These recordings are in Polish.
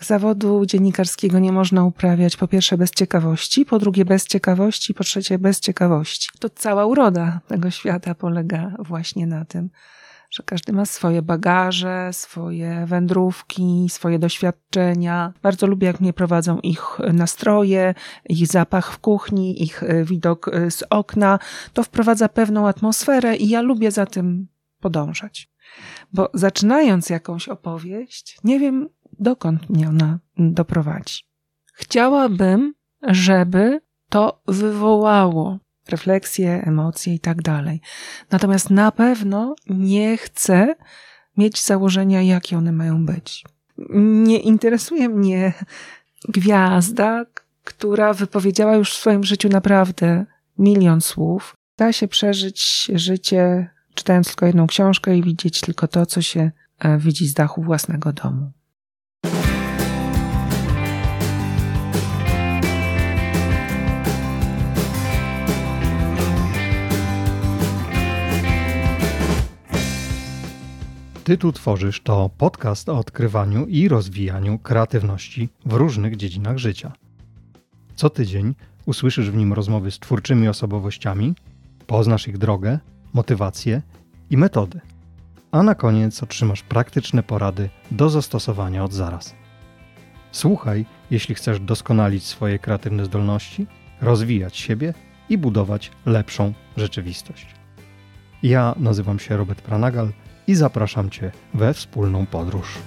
zawodu dziennikarskiego nie można uprawiać po pierwsze bez ciekawości, po drugie bez ciekawości, po trzecie bez ciekawości. To cała uroda tego świata polega właśnie na tym, że każdy ma swoje bagaże, swoje wędrówki, swoje doświadczenia. Bardzo lubię, jak mnie prowadzą ich nastroje, ich zapach w kuchni, ich widok z okna. To wprowadza pewną atmosferę i ja lubię za tym podążać. Bo zaczynając jakąś opowieść, nie wiem, dokąd mnie ona doprowadzi. Chciałabym, żeby to wywołało refleksje, emocje i tak dalej. Natomiast na pewno nie chcę mieć założenia, jakie one mają być. Nie interesuje mnie gwiazda, która wypowiedziała już w swoim życiu naprawdę 1 000 000 słów. Da się przeżyć życie czytając tylko jedną książkę i widzieć tylko to, co się widzi z dachu własnego domu. Ty tu tworzysz to podcast o odkrywaniu i rozwijaniu kreatywności w różnych dziedzinach życia. Co tydzień usłyszysz w nim rozmowy z twórczymi osobowościami, poznasz ich drogę, motywacje i metody. A na koniec otrzymasz praktyczne porady do zastosowania od zaraz. Słuchaj, jeśli chcesz doskonalić swoje kreatywne zdolności, rozwijać siebie i budować lepszą rzeczywistość. Ja nazywam się Robert Pranagal i zapraszam Cię we wspólną podróż.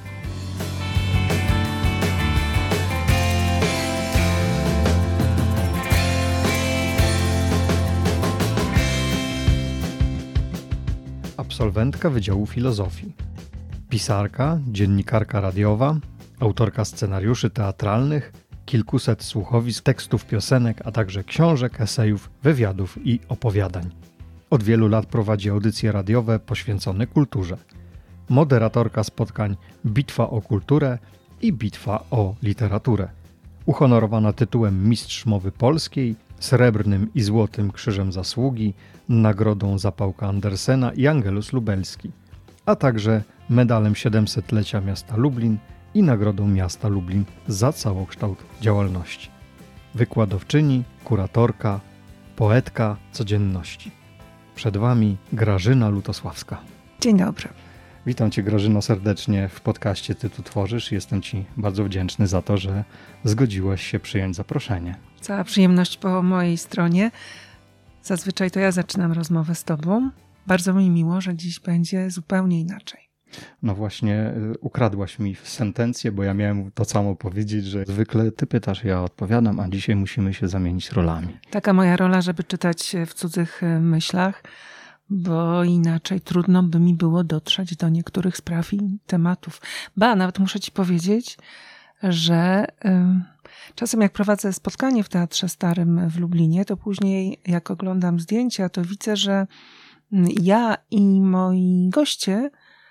Absolwentka Wydziału Filozofii, pisarka, dziennikarka radiowa, autorka scenariuszy teatralnych, kilkuset słuchowisk, tekstów piosenek, a także książek, esejów, wywiadów i opowiadań. Od wielu lat prowadzi audycje radiowe poświęcone kulturze. Moderatorka spotkań Bitwa o kulturę i Bitwa o literaturę. Uhonorowana tytułem Mistrz Mowy Polskiej, Srebrnym i Złotym Krzyżem Zasługi, Nagrodą Zapałka Andersena i Angelus Lubelski, a także medalem 700-lecia miasta Lublin i Nagrodą Miasta Lublin za całokształt działalności. Wykładowczyni, kuratorka, poetka codzienności. Przed Wami Grażyna Lutosławska. Dzień dobry. Witam Cię, Grażyno, serdecznie w podcaście Ty tu tworzysz. Jestem Ci bardzo wdzięczny za to, że zgodziłaś się przyjąć zaproszenie. Cała przyjemność po mojej stronie. Zazwyczaj to ja zaczynam rozmowę z Tobą. Bardzo mi miło, że dziś będzie zupełnie inaczej. No właśnie, ukradłaś mi sentencję, bo ja miałem to samo powiedzieć, że zwykle Ty pytasz, ja odpowiadam, a dzisiaj musimy się zamienić rolami. Taka moja rola, żeby czytać w cudzych myślach, bo inaczej trudno by mi było dotrzeć do niektórych spraw i tematów. Nawet muszę Ci powiedzieć, że czasem jak prowadzę spotkanie w Teatrze Starym w Lublinie, to później jak oglądam zdjęcia, to widzę, że ja i moi goście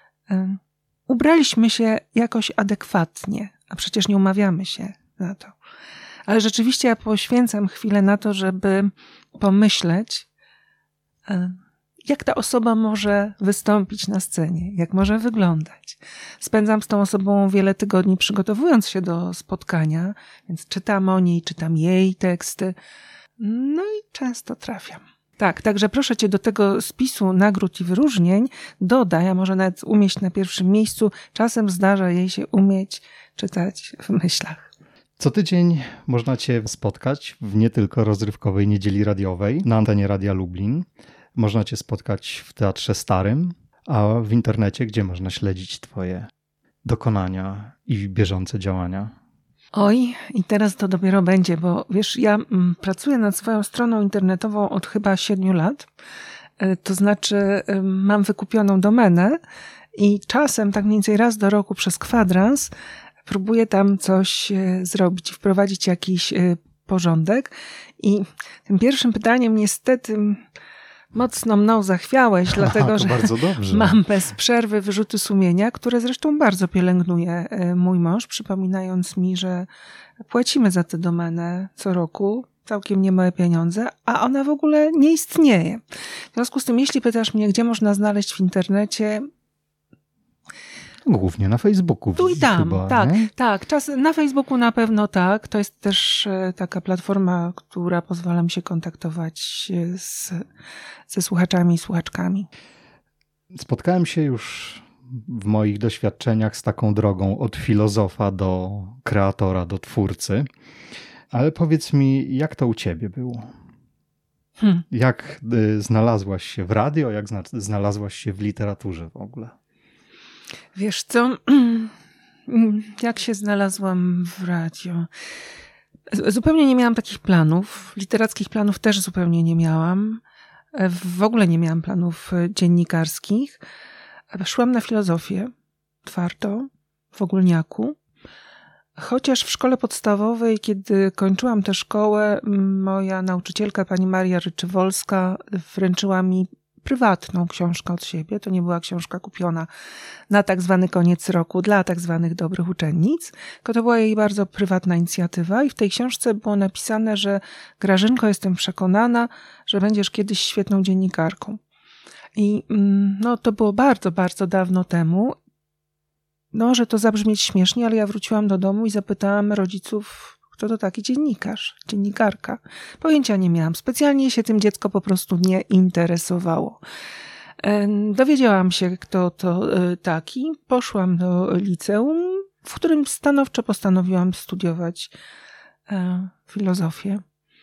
ubraliśmy się jakoś adekwatnie, a przecież nie umawiamy się na to. Ale rzeczywiście ja poświęcam chwilę na to, żeby pomyśleć, jak ta osoba może wystąpić na scenie, jak może wyglądać. Spędzam z tą osobą wiele tygodni przygotowując się do spotkania, więc czytam o niej, czytam jej teksty, no i często trafiam. Tak, także proszę Cię do tego spisu nagród i wyróżnień dodaj, a może nawet umieść na pierwszym miejscu. Czasem zdarza jej się umieć czytać w myślach. Co tydzień można Cię spotkać w nie tylko rozrywkowej niedzieli radiowej na antenie Radia Lublin. Można Cię spotkać w Teatrze Starym, a w internecie, gdzie można śledzić Twoje dokonania i bieżące działania. Oj, i teraz to dopiero będzie, bo wiesz, ja pracuję nad swoją stroną internetową od chyba 7 lat. To znaczy mam wykupioną domenę i czasem tak mniej więcej raz do roku przez kwadrans próbuję tam coś zrobić, wprowadzić jakiś porządek. I tym pierwszym pytaniem niestety mocno mną zachwiałeś, dlatego że mam bez przerwy wyrzuty sumienia, które zresztą bardzo pielęgnuje mój mąż, przypominając mi, że płacimy za tę domenę co roku całkiem niemałe pieniądze, a ona w ogóle nie istnieje. W związku z tym, jeśli pytasz mnie, gdzie można znaleźć w internecie, Głównie na Facebooku. Tu i tam, chyba, tak, nie? tak. Na Facebooku na pewno tak. To jest też taka platforma, która pozwala mi się kontaktować ze słuchaczami i słuchaczkami. Spotkałem się już w moich doświadczeniach z taką drogą od filozofa do kreatora, do twórcy. Ale powiedz mi, jak to u ciebie było? Jak znalazłaś się w radio, jak znalazłaś się w literaturze w ogóle? Wiesz co, jak się znalazłam w radio? Zupełnie nie miałam takich planów. Literackich planów też zupełnie nie miałam. W ogóle nie miałam planów dziennikarskich. Szłam na filozofię twardo, w ogólniaku. Chociaż w szkole podstawowej, kiedy kończyłam tę szkołę, moja nauczycielka, pani Maria Ryczywolska, wręczyła mi prywatną książkę od siebie. To nie była książka kupiona na tak zwany koniec roku dla tak zwanych dobrych uczennic, tylko to była jej bardzo prywatna inicjatywa i w tej książce było napisane, że Grażynko, jestem przekonana, że będziesz kiedyś świetną dziennikarką. I to było bardzo, bardzo dawno temu. Może to zabrzmieć śmiesznie, ale ja wróciłam do domu i zapytałam rodziców, kto to taki dziennikarz, dziennikarka. Pojęcia nie miałam. Specjalnie się tym dziecko po prostu nie interesowało. Dowiedziałam się, kto to taki. Poszłam do liceum, w którym stanowczo postanowiłam studiować filozofię.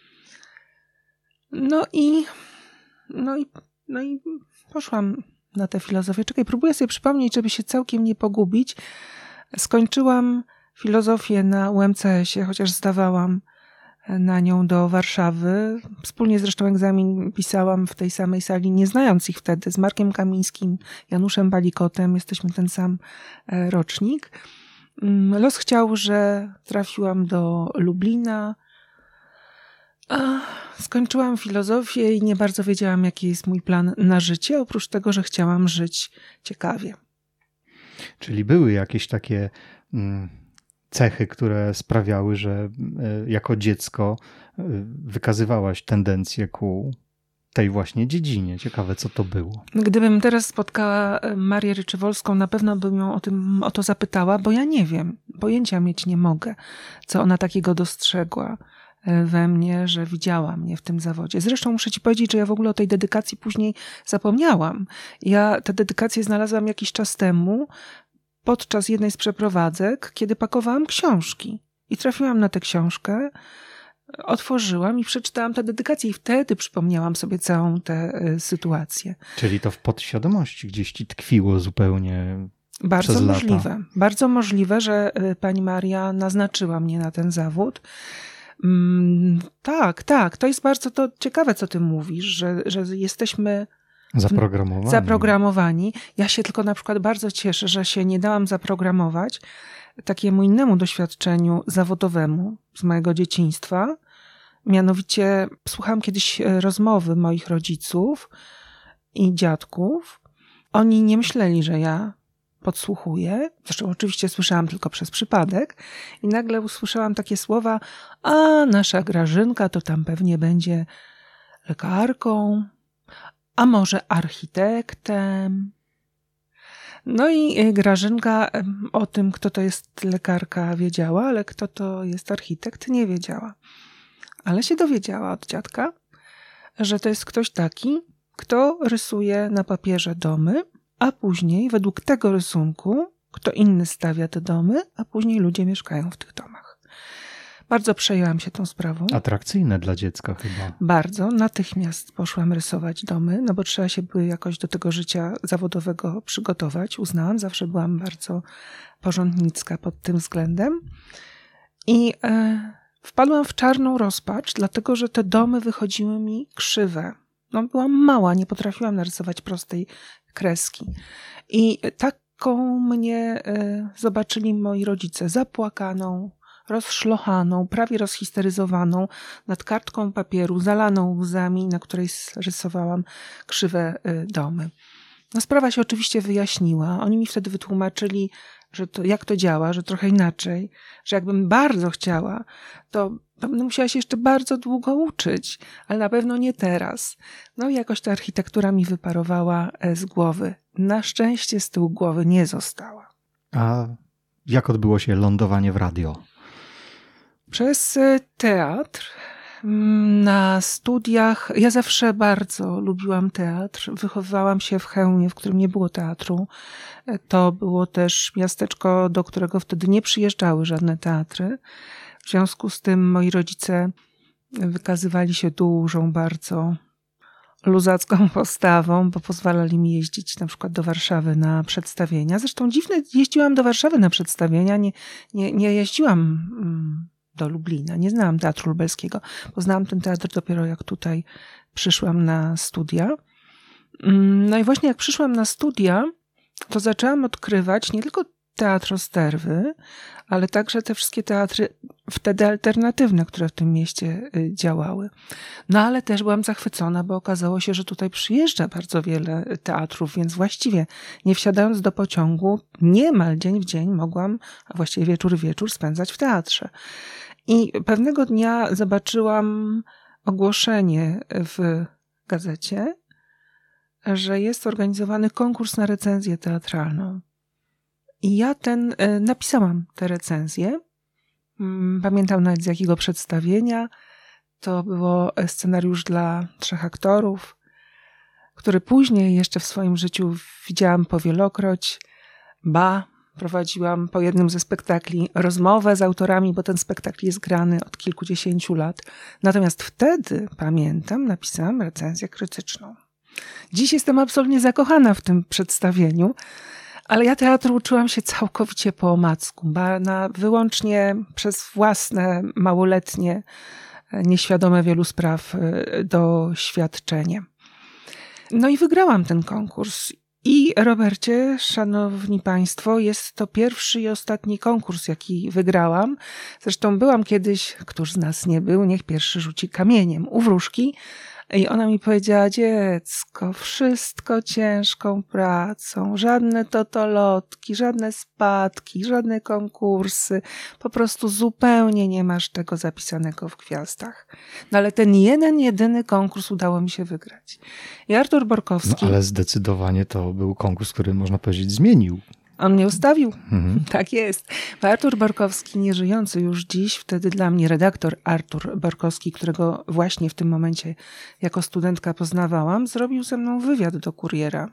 No i poszłam na tę filozofię. Czekaj, próbuję sobie przypomnieć, żeby się całkiem nie pogubić. Skończyłam filozofię na UMCS-ie, chociaż zdawałam na nią do Warszawy. Wspólnie zresztą egzamin pisałam w tej samej sali, nie znając ich wtedy, z Markiem Kamińskim, Januszem Balikotem. Jesteśmy ten sam rocznik. Los chciał, że trafiłam do Lublina. Skończyłam filozofię i nie bardzo wiedziałam, jaki jest mój plan na życie, oprócz tego, że chciałam żyć ciekawie. Czyli były jakieś takie cechy, które sprawiały, że jako dziecko wykazywałaś tendencję ku tej właśnie dziedzinie. Ciekawe, co to było. Gdybym teraz spotkała Marię Ryczywolską, na pewno bym ją o to zapytała, bo ja nie wiem, pojęcia mieć nie mogę, co ona takiego dostrzegła we mnie, że widziała mnie w tym zawodzie. Zresztą muszę ci powiedzieć, że ja w ogóle o tej dedykacji później zapomniałam. Ja tę dedykację znalazłam jakiś czas temu, podczas jednej z przeprowadzek, kiedy pakowałam książki. I trafiłam na tę książkę, otworzyłam i przeczytałam tę dedykację i wtedy przypomniałam sobie całą tę sytuację. Czyli to w podświadomości gdzieś ci tkwiło zupełnie bardzo przez możliwe. lata. Bardzo możliwe, że pani Maria naznaczyła mnie na ten zawód. Tak. To jest bardzo to ciekawe, co ty mówisz, że jesteśmy zaprogramowani. Ja się tylko na przykład bardzo cieszę, że się nie dałam zaprogramować takiemu innemu doświadczeniu zawodowemu z mojego dzieciństwa. Mianowicie słuchałam kiedyś rozmowy moich rodziców i dziadków. Oni nie myśleli, że ja podsłuchuję. Zresztą oczywiście słyszałam tylko przez przypadek. I nagle usłyszałam takie słowa: a nasza Grażynka to tam pewnie będzie lekarką, a może architektem. No i Grażynka o tym, kto to jest lekarka, wiedziała, ale kto to jest architekt, nie wiedziała. Ale się dowiedziała od dziadka, że to jest ktoś taki, kto rysuje na papierze domy, a później według tego rysunku kto inny stawia te domy, a później ludzie mieszkają w tych domach. Bardzo przejęłam się tą sprawą. Atrakcyjne dla dziecka chyba. Bardzo. Natychmiast poszłam rysować domy, bo trzeba się by jakoś do tego życia zawodowego przygotować. Uznałam, zawsze byłam bardzo porządnicka pod tym względem. I wpadłam w czarną rozpacz, dlatego że te domy wychodziły mi krzywe. Byłam mała, nie potrafiłam narysować prostej kreski. I taką mnie zobaczyli moi rodzice, zapłakaną, rozszlochaną, prawie rozhisteryzowaną, nad kartką papieru, zalaną łzami, na której rysowałam krzywe domy. Sprawa się oczywiście wyjaśniła. Oni mi wtedy wytłumaczyli, że jak to działa, że trochę inaczej, że jakbym bardzo chciała, to będę musiała się jeszcze bardzo długo uczyć, ale na pewno nie teraz. I jakoś ta architektura mi wyparowała z głowy. Na szczęście z tyłu głowy nie została. A jak odbyło się lądowanie w radio? Przez teatr. Na studiach, ja zawsze bardzo lubiłam teatr. Wychowywałam się w Chełmie, w którym nie było teatru. To było też miasteczko, do którego wtedy nie przyjeżdżały żadne teatry. W związku z tym moi rodzice wykazywali się dużą, bardzo luzacką postawą, bo pozwalali mi jeździć na przykład do Warszawy na przedstawienia. Zresztą dziwne, jeździłam do Warszawy na przedstawienia, nie jeździłam do Lublina. Nie znałam Teatru Lubelskiego. Poznałam ten teatr dopiero jak tutaj przyszłam na studia. No i właśnie jak przyszłam na studia, to zaczęłam odkrywać nie tylko Teatr Osterwy, ale także te wszystkie teatry wtedy alternatywne, które w tym mieście działały. No ale też byłam zachwycona, bo okazało się, że tutaj przyjeżdża bardzo wiele teatrów, więc właściwie nie wsiadając do pociągu, niemal dzień w dzień mogłam, a właściwie wieczór w wieczór spędzać w teatrze. I pewnego dnia zobaczyłam ogłoszenie w gazecie, że jest organizowany konkurs na recenzję teatralną. I ja napisałam tę recenzję. Pamiętam nawet z jakiego przedstawienia. To było scenariusz dla 3 aktorów, który później jeszcze w swoim życiu widziałam powielokroć. Prowadziłam po jednym ze spektakli rozmowę z autorami, bo ten spektakl jest grany od kilkudziesięciu lat. Natomiast wtedy, pamiętam, napisałam recenzję krytyczną. Dziś jestem absolutnie zakochana w tym przedstawieniu, ale ja teatru uczyłam się całkowicie po omacku, wyłącznie przez własne, małoletnie, nieświadome wielu spraw doświadczenie. No i wygrałam ten konkurs. I Robercie, szanowni państwo, jest to pierwszy i ostatni konkurs, jaki wygrałam. Zresztą byłam kiedyś, któż z nas nie był, niech pierwszy rzuci kamieniem, u wróżki. I ona mi powiedziała: dziecko, wszystko ciężką pracą, żadne totolotki, żadne spadki, żadne konkursy, po prostu zupełnie nie masz tego zapisanego w gwiazdach. No ale ten jedyny konkurs udało mi się wygrać. I Artur Borkowski... No ale zdecydowanie to był konkurs, który można powiedzieć zmienił. On mnie ustawił. Tak jest. Artur Borkowski, nieżyjący już dziś, wtedy dla mnie redaktor Artur Borkowski, którego właśnie w tym momencie jako studentka poznawałam, zrobił ze mną wywiad do Kuriera.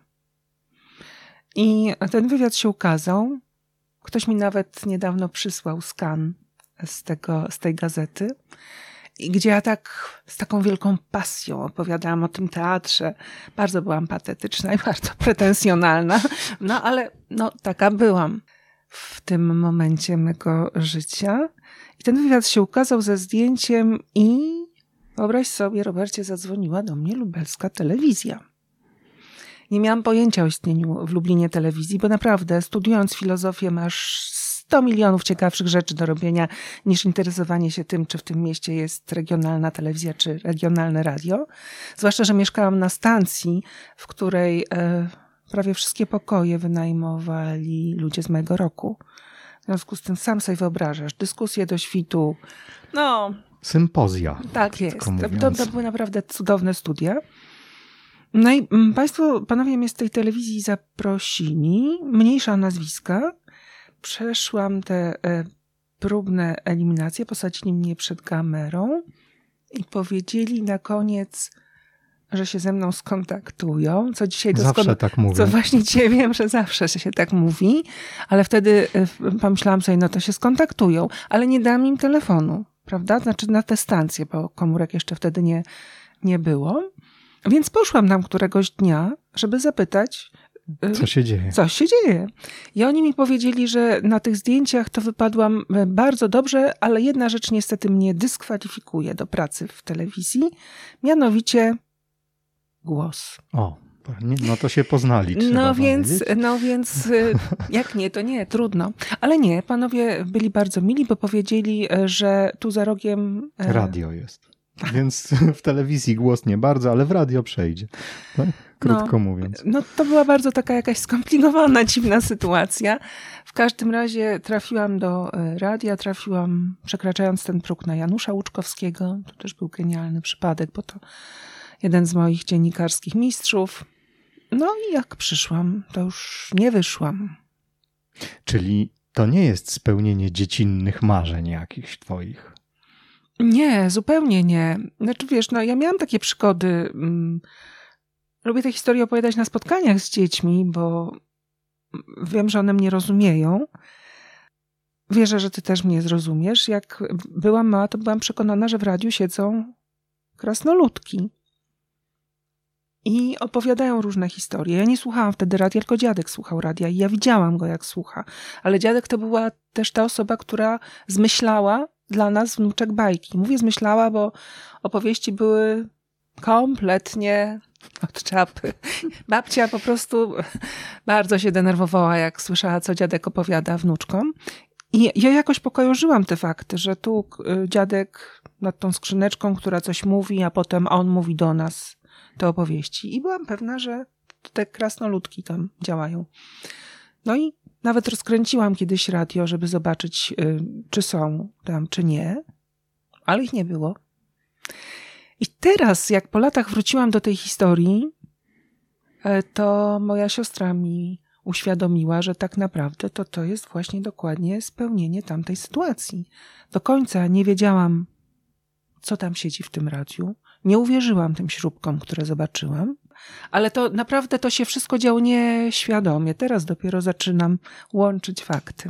I ten wywiad się ukazał. Ktoś mi nawet niedawno przysłał skan z tej gazety, gdzie ja z taką wielką pasją opowiadałam o tym teatrze. Bardzo byłam patetyczna i bardzo pretensjonalna, no ale taka byłam w tym momencie mego życia. I ten wywiad się ukazał ze zdjęciem i wyobraź sobie, Robercie, zadzwoniła do mnie lubelska telewizja. Nie miałam pojęcia o istnieniu w Lublinie telewizji, bo naprawdę studiując filozofię masz 100 milionów ciekawszych rzeczy do robienia niż interesowanie się tym, czy w tym mieście jest regionalna telewizja, czy regionalne radio. Zwłaszcza, że mieszkałam na stacji, w której prawie wszystkie pokoje wynajmowali ludzie z mojego roku. W związku z tym sam sobie wyobrażasz, dyskusje do świtu, sympozja. Tak jest. To były naprawdę cudowne studia. No i panowie mnie z tej telewizji zaprosili, mniejsza nazwiska. Przeszłam te próbne eliminacje, posadzili mnie przed kamerą i powiedzieli na koniec, że się ze mną skontaktują, co dzisiaj zawsze tak mówię. Co właśnie dzisiaj wiem, że zawsze się tak mówi, ale wtedy pomyślałam sobie, to się skontaktują, ale nie dam im telefonu, prawda? Znaczy na tę stancję, bo komórek jeszcze wtedy nie było. Więc poszłam tam któregoś dnia, żeby zapytać, co się dzieje. Co się dzieje. I oni mi powiedzieli, że na tych zdjęciach to wypadłam bardzo dobrze, ale jedna rzecz niestety mnie dyskwalifikuje do pracy w telewizji, mianowicie głos. O, to się poznali. Więc jak nie, to nie, trudno. Ale nie, panowie byli bardzo mili, bo powiedzieli, że tu za rogiem... Radio jest. Więc w telewizji głos nie bardzo, ale w radio przejdzie. Tak? Krótko mówiąc. To była bardzo taka jakaś skomplikowana, dziwna sytuacja. W każdym razie trafiłam do radia, przekraczając ten próg na Janusza Łuczkowskiego. To też był genialny przypadek, bo to jeden z moich dziennikarskich mistrzów. No i jak przyszłam, to już nie wyszłam. Czyli to nie jest spełnienie dziecinnych marzeń jakichś twoich? Nie, zupełnie nie. Znaczy wiesz, ja miałam takie przygody. Lubię te historie opowiadać na spotkaniach z dziećmi, bo wiem, że one mnie rozumieją. Wierzę, że ty też mnie zrozumiesz. Jak byłam mała, to byłam przekonana, że w radiu siedzą krasnoludki. I opowiadają różne historie. Ja nie słuchałam wtedy radia, tylko dziadek słuchał radia i ja widziałam go, jak słucha. Ale dziadek to była też ta osoba, która zmyślała dla nas wnuczek bajki. Mówię zmyślała, bo opowieści były kompletnie od czapy. Babcia po prostu bardzo się denerwowała, jak słyszała, co dziadek opowiada wnuczkom. I ja jakoś pokojarzyłam te fakty, że tu dziadek nad tą skrzyneczką, która coś mówi, a potem on mówi do nas te opowieści. I byłam pewna, że te krasnoludki tam działają. No i nawet rozkręciłam kiedyś radio, żeby zobaczyć, czy są tam, czy nie. Ale ich nie było. I teraz, jak po latach wróciłam do tej historii, to moja siostra mi uświadomiła, że tak naprawdę to jest właśnie dokładnie spełnienie tamtej sytuacji. Do końca nie wiedziałam, co tam siedzi w tym radiu. Nie uwierzyłam tym śrubkom, które zobaczyłam, ale to naprawdę to się wszystko działo nieświadomie. Teraz dopiero zaczynam łączyć fakty.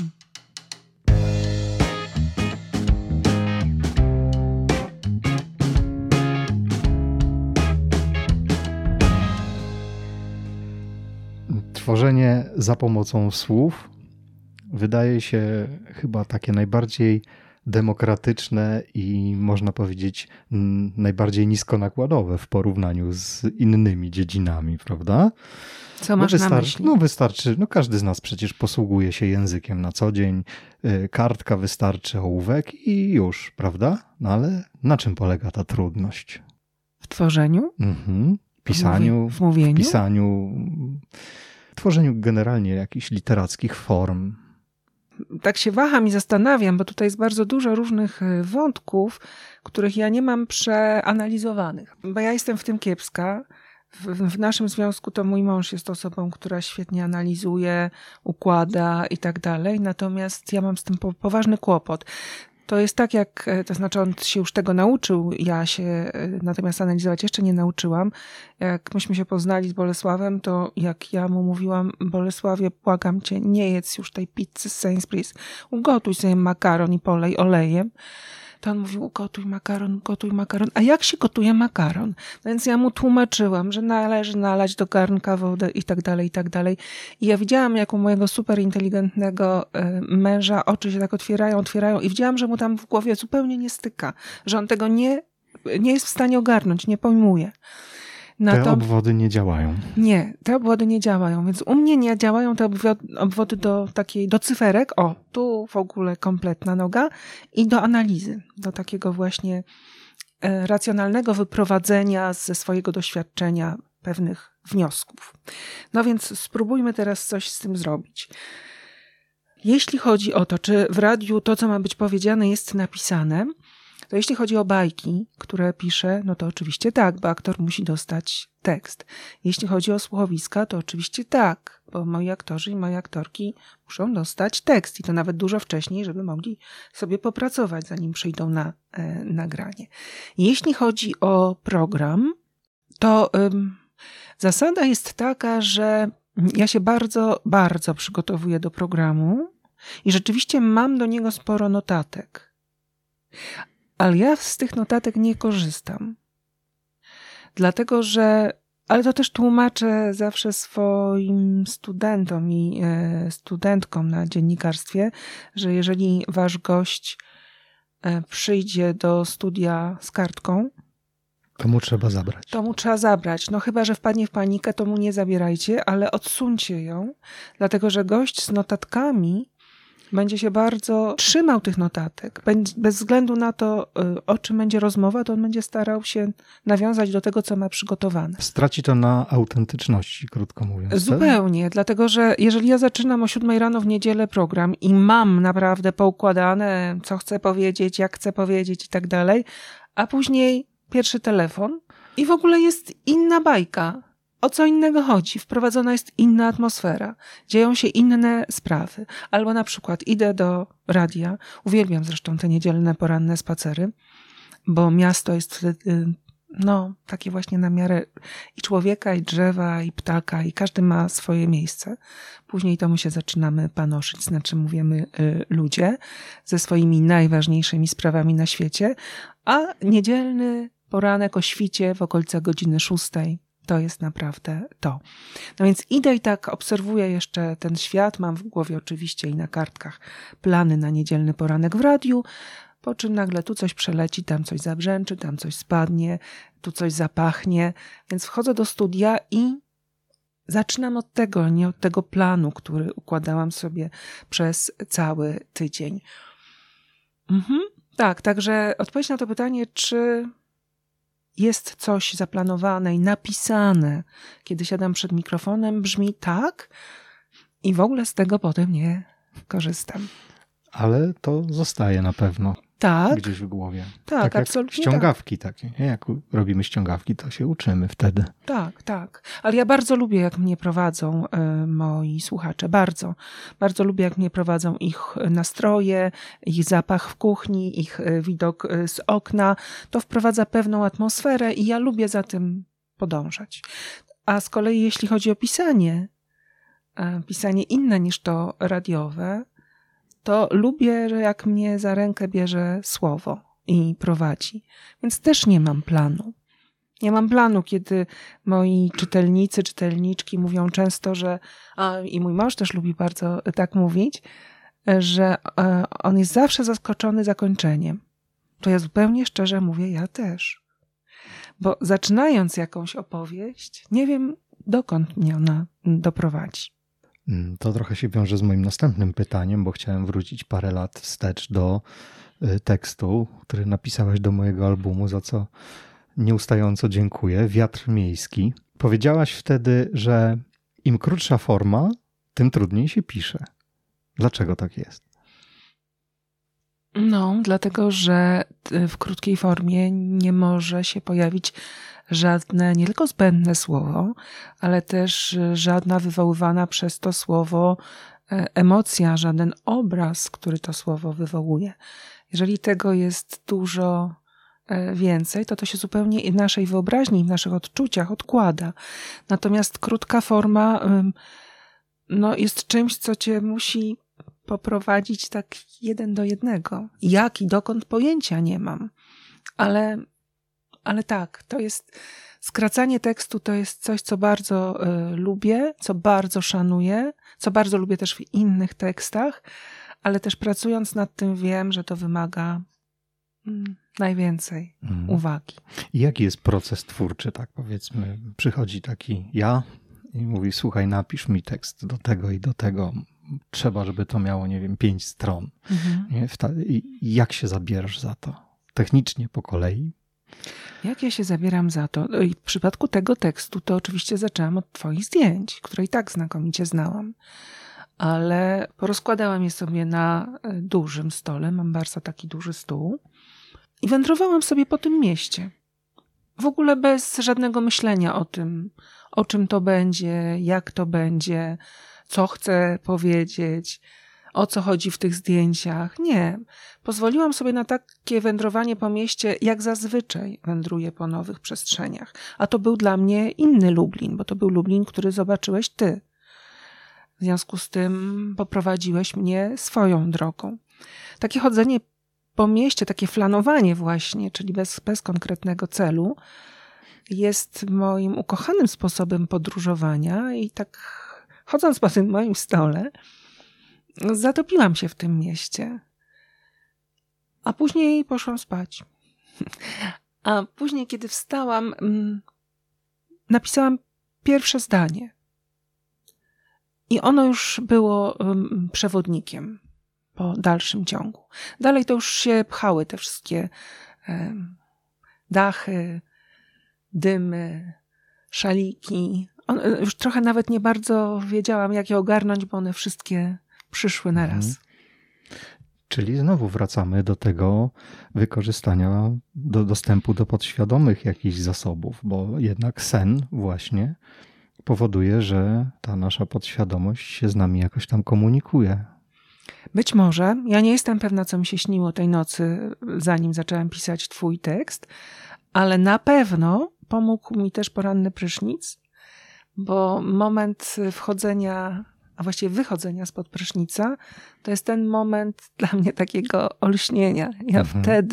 Tworzenie za pomocą słów wydaje się chyba takie najbardziej demokratyczne i można powiedzieć najbardziej niskonakładowe w porównaniu z innymi dziedzinami, prawda? Co masz na myśli? Wystarczy, każdy z nas przecież posługuje się językiem na co dzień, kartka wystarczy, ołówek i już, prawda? No ale na czym polega ta trudność? W tworzeniu? Pisaniu, w mówieniu? W pisaniu, tworzeniu generalnie jakichś literackich form. Tak się waham i zastanawiam, bo tutaj jest bardzo dużo różnych wątków, których ja nie mam przeanalizowanych. Bo ja jestem w tym kiepska. W naszym związku to mój mąż jest osobą, która świetnie analizuje, układa i tak dalej. Natomiast ja mam z tym poważny kłopot. To jest tak jak, to znaczy on się już tego nauczył, ja się natomiast analizować jeszcze nie nauczyłam. Jak myśmy się poznali z Bolesławem, to jak ja mu mówiłam, Bolesławie, błagam cię, nie jedz już tej pizzy z Sainsbury's, ugotuj sobie makaron i polej olejem. To on mówił, gotuj makaron. A jak się gotuje makaron? No więc ja mu tłumaczyłam, że należy nalać do garnka wodę i tak dalej, i tak dalej. I ja widziałam, jak u mojego super inteligentnego męża oczy się tak otwierają i widziałam, że mu tam w głowie zupełnie nie styka, że on tego nie jest w stanie ogarnąć, nie pojmuje. Te obwody nie działają. Nie, te obwody nie działają, więc u mnie nie działają te obwody do cyferek, tu w ogóle kompletna noga i do analizy, do takiego właśnie racjonalnego wyprowadzenia ze swojego doświadczenia pewnych wniosków. No więc spróbujmy teraz coś z tym zrobić. Jeśli chodzi o to, czy w radiu to, co ma być powiedziane, jest napisane, to jeśli chodzi o bajki, które piszę, no to oczywiście tak, bo aktor musi dostać tekst. Jeśli chodzi o słuchowiska, to oczywiście tak, bo moi aktorzy i moje aktorki muszą dostać tekst i to nawet dużo wcześniej, żeby mogli sobie popracować, zanim przyjdą na nagranie. Jeśli chodzi o program, to zasada jest taka, że ja się bardzo, bardzo przygotowuję do programu i rzeczywiście mam do niego sporo notatek. Ale ja z tych notatek nie korzystam. Dlatego, że... Ale to też tłumaczę zawsze swoim studentom i studentkom na dziennikarstwie, że jeżeli wasz gość przyjdzie do studia z kartką, to mu trzeba zabrać. To mu trzeba zabrać. No chyba, że wpadnie w panikę, to mu nie zabierajcie, ale odsuńcie ją, dlatego że gość z notatkami będzie się bardzo trzymał tych notatek. Bez względu na to, o czym będzie rozmowa, to on będzie starał się nawiązać do tego, co ma przygotowane. Straci to na autentyczności, krótko mówiąc. Zupełnie, dlatego że jeżeli ja zaczynam o 7 rano w niedzielę program i mam naprawdę poukładane, co chcę powiedzieć, jak chcę powiedzieć i tak dalej, a później pierwszy telefon i w ogóle jest inna bajka. o co innego chodzi. Wprowadzona jest inna atmosfera. Dzieją się inne sprawy. Albo na przykład idę do radia. Uwielbiam zresztą te niedzielne, poranne spacery, bo miasto jest wtedy, takie właśnie na miarę i człowieka, i drzewa, i ptaka, i każdy ma swoje miejsce. Później to my się zaczynamy panoszyć, znaczy mówimy ludzie, ze swoimi najważniejszymi sprawami na świecie, a niedzielny poranek o świcie w okolicach godziny 6 to jest naprawdę to. No więc idę i tak obserwuję jeszcze ten świat, mam w głowie oczywiście i na kartkach plany na niedzielny poranek w radiu, po czym nagle tu coś przeleci, tam coś zabrzęczy, tam coś spadnie, tu coś zapachnie. Więc wchodzę do studia i zaczynam od tego, nie od tego planu, który układałam sobie przez cały tydzień. Tak, także odpowiedź na to pytanie, czy jest coś zaplanowane i napisane, kiedy siadam przed mikrofonem, brzmi tak i w ogóle z tego potem nie korzystam. Ale to zostaje na pewno. Tak. Gdzieś w głowie. Tak, jak absolutnie ściągawki takie. Jak robimy ściągawki, to się uczymy wtedy. Tak. Ale ja bardzo lubię, jak mnie prowadzą moi słuchacze. Bardzo. Bardzo lubię, jak mnie prowadzą ich nastroje, ich zapach w kuchni, ich widok z okna. To wprowadza pewną atmosferę i ja lubię za tym podążać. A z kolei jeśli chodzi o pisanie inne niż to radiowe, to lubię, że jak mnie za rękę bierze słowo i prowadzi. Więc też nie mam planu. Nie mam planu, kiedy moi czytelnicy, czytelniczki mówią często, że, i mój mąż też lubi bardzo tak mówić, że on jest zawsze zaskoczony zakończeniem. To ja zupełnie szczerze mówię, ja też. Bo zaczynając jakąś opowieść, nie wiem, dokąd mnie ona doprowadzi. To trochę się wiąże z moim następnym pytaniem, bo chciałem wrócić parę lat wstecz do tekstu, który napisałaś do mojego albumu, za co nieustająco dziękuję. Wiatr miejski. Powiedziałaś wtedy, że im krótsza forma, tym trudniej się pisze. Dlaczego tak jest? Dlatego, że w krótkiej formie nie może się pojawić żadne, nie tylko zbędne słowo, ale też żadna wywoływana przez to słowo emocja, żaden obraz, który to słowo wywołuje. Jeżeli tego jest dużo więcej, to się zupełnie w naszej wyobraźni, w naszych odczuciach odkłada. Natomiast krótka forma jest czymś, co cię musi poprowadzić tak 1 do 1. Jak i dokąd pojęcia nie mam. Ale tak, to jest skracanie tekstu, to jest coś, co bardzo lubię, co bardzo szanuję, co bardzo lubię też w innych tekstach, ale też pracując nad tym wiem, że to wymaga najwięcej uwagi. I jaki jest proces twórczy, tak powiedzmy? Przychodzi taki ja i mówi, słuchaj, napisz mi tekst do tego i do tego. Trzeba, żeby to miało, 5 stron. Jak się zabierasz za to? Technicznie, po kolei? Jak ja się zabieram za to? I w przypadku tego tekstu to oczywiście zaczęłam od twoich zdjęć, które i tak znakomicie znałam. Ale porozkładałam je sobie na dużym stole. Mam bardzo taki duży stół. I wędrowałam sobie po tym mieście. W ogóle bez żadnego myślenia o tym, o czym to będzie, jak to będzie, co chcę powiedzieć, o co chodzi w tych zdjęciach. Nie. Pozwoliłam sobie na takie wędrowanie po mieście, jak zazwyczaj wędruję po nowych przestrzeniach. A to był dla mnie inny Lublin, bo to był Lublin, który zobaczyłeś ty. W związku z tym poprowadziłeś mnie swoją drogą. Takie chodzenie po mieście, takie flanowanie właśnie, czyli bez konkretnego celu, jest moim ukochanym sposobem podróżowania i tak chodząc po tym moim stole, zatopiłam się w tym mieście. A później poszłam spać. A później, kiedy wstałam, napisałam pierwsze zdanie. I ono już było przewodnikiem po dalszym ciągu. Dalej to już się pchały te wszystkie dachy, dymy, szaliki. Już trochę nawet nie bardzo wiedziałam, jak je ogarnąć, bo one wszystkie przyszły na raz. Czyli znowu wracamy do tego wykorzystania, do dostępu do podświadomych jakichś zasobów, bo jednak sen właśnie powoduje, że ta nasza podświadomość się z nami jakoś tam komunikuje. Być może. Ja nie jestem pewna, co mi się śniło tej nocy, zanim zaczęłam pisać twój tekst, ale na pewno pomógł mi też poranny prysznic, bo moment wchodzenia, a właściwie wychodzenia spod prysznica, to jest ten moment dla mnie takiego olśnienia. Ja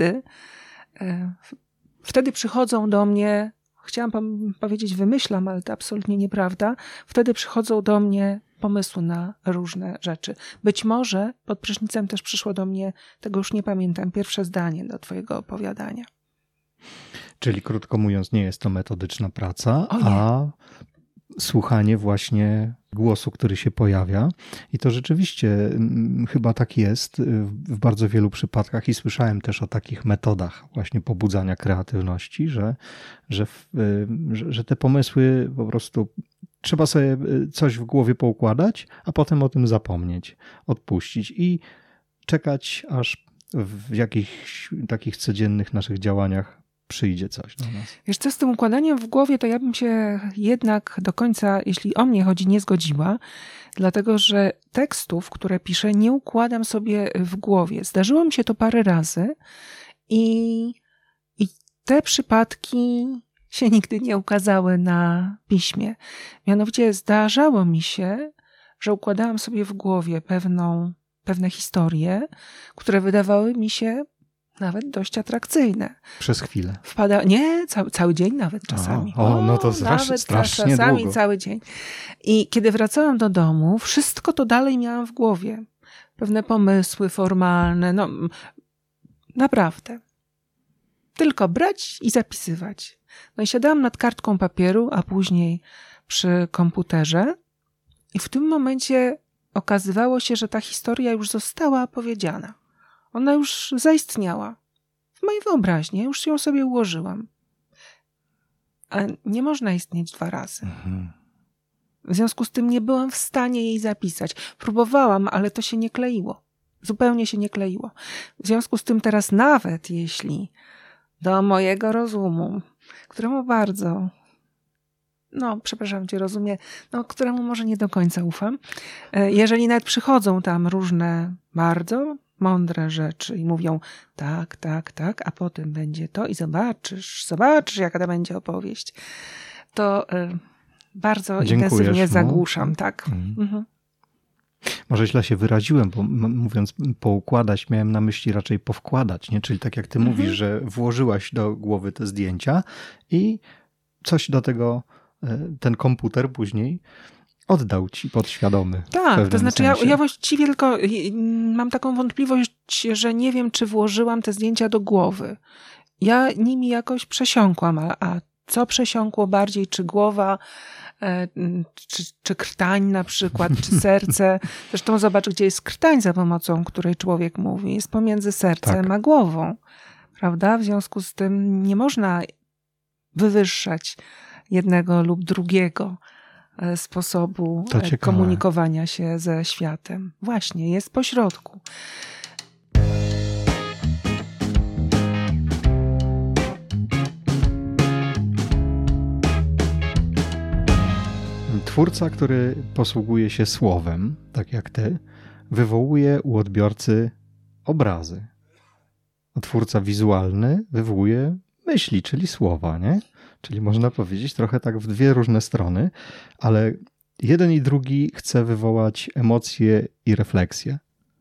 wtedy przychodzą do mnie, chciałam powiedzieć wymyślam, ale to absolutnie nieprawda, wtedy przychodzą do mnie pomysły na różne rzeczy. Być może pod prysznicem też przyszło do mnie, tego już nie pamiętam, pierwsze zdanie do twojego opowiadania. Czyli krótko mówiąc, nie jest to metodyczna praca, a słuchanie właśnie głosu, który się pojawia. I to rzeczywiście chyba tak jest w bardzo wielu przypadkach i słyszałem też o takich metodach właśnie pobudzania kreatywności, że te pomysły po prostu trzeba sobie coś w głowie poukładać, a potem o tym zapomnieć, odpuścić i czekać, aż w jakichś takich codziennych naszych działaniach przyjdzie coś do nas. Wiesz co, z tym układaniem w głowie, to ja bym się jednak do końca, jeśli o mnie chodzi, nie zgodziła, dlatego że tekstów, które piszę, nie układam sobie w głowie. Zdarzyło mi się to parę razy i te przypadki się nigdy nie ukazały na piśmie. Mianowicie zdarzało mi się, że układałam sobie w głowie pewne historie, które wydawały mi się nawet dość atrakcyjne. Przez chwilę. Cały dzień nawet czasami. No to strasznie długo. Cały dzień. I kiedy wracałam do domu, wszystko to dalej miałam w głowie. Pewne pomysły formalne, naprawdę. Tylko brać i zapisywać. No i siadałam nad kartką papieru, a później przy komputerze i w tym momencie okazywało się, że ta historia już została opowiedziana. Ona już zaistniała. W mojej wyobraźni, ja już ją sobie ułożyłam. A nie można istnieć 2 razy. W związku z tym nie byłam w stanie jej zapisać. Próbowałam, ale to się nie kleiło. Zupełnie się nie kleiło. W związku z tym teraz nawet jeśli do mojego rozumu, któremu bardzo, przepraszam cię, rozumie, któremu może nie do końca ufam, jeżeli nawet przychodzą tam różne bardzo mądre rzeczy i mówią tak, a potem będzie to i zobaczysz, jaka to będzie opowieść, to bardzo intensywnie zagłuszam, tak. Może źle się wyraziłem, bo mówiąc poukładać, miałem na myśli raczej powkładać, nie? Czyli tak jak ty mówisz, że włożyłaś do głowy te zdjęcia i coś do tego ten komputer później oddał ci podświadomy. Tak, to znaczy ja właściwie tylko mam taką wątpliwość, że nie wiem, czy włożyłam te zdjęcia do głowy. Ja nimi jakoś przesiąkłam, a co przesiąkło bardziej, czy głowa, czy krtań na przykład, czy serce. Zresztą zobacz, gdzie jest krtań, za pomocą której człowiek mówi. Jest pomiędzy sercem a głową. Prawda? W związku z tym nie można wywyższać jednego lub drugiego sposobu komunikowania się ze światem. Właśnie, jest pośrodku. Twórca, który posługuje się słowem, tak jak ty, wywołuje u odbiorcy obrazy. A twórca wizualny wywołuje myśli, czyli słowa, nie? Czyli można powiedzieć trochę tak w 2 różne strony, ale jeden i drugi chce wywołać emocje i refleksje.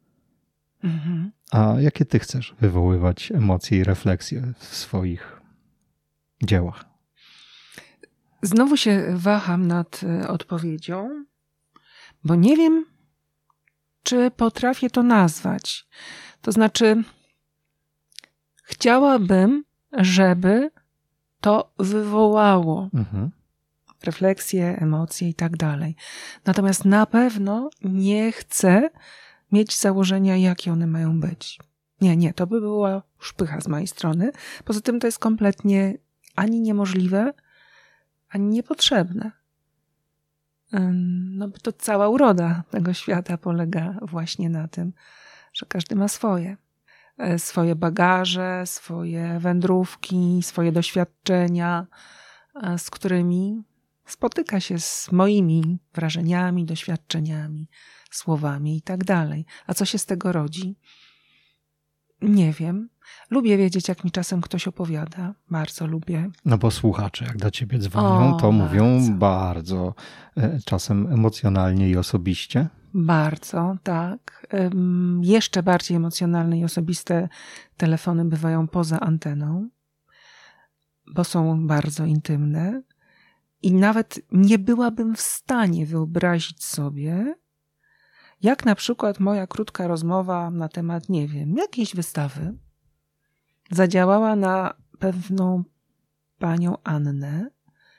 A jakie ty chcesz wywoływać emocje i refleksje w swoich dziełach? Znowu się waham nad odpowiedzią, bo nie wiem, czy potrafię to nazwać. To znaczy, chciałabym, żeby to wywołało refleksje, emocje i tak dalej. Natomiast na pewno nie chcę mieć założenia, jakie one mają być. Nie, to by była szpycha z mojej strony. Poza tym to jest kompletnie ani niemożliwe, ani niepotrzebne. Bo to cała uroda tego świata polega właśnie na tym, że każdy ma swoje bagaże, swoje wędrówki, swoje doświadczenia, z którymi spotyka się z moimi wrażeniami, doświadczeniami, słowami i tak dalej. A co się z tego rodzi? Nie wiem. Lubię wiedzieć, jak mi czasem ktoś opowiada. Bardzo lubię. No bo słuchacze, jak do ciebie dzwonią, to mówią bardzo czasem emocjonalnie i osobiście. Bardzo, tak. Jeszcze bardziej emocjonalne i osobiste telefony bywają poza anteną, bo są bardzo intymne. I nawet nie byłabym w stanie wyobrazić sobie, jak na przykład moja krótka rozmowa na temat, nie wiem, jakiejś wystawy zadziałała na pewną panią Annę,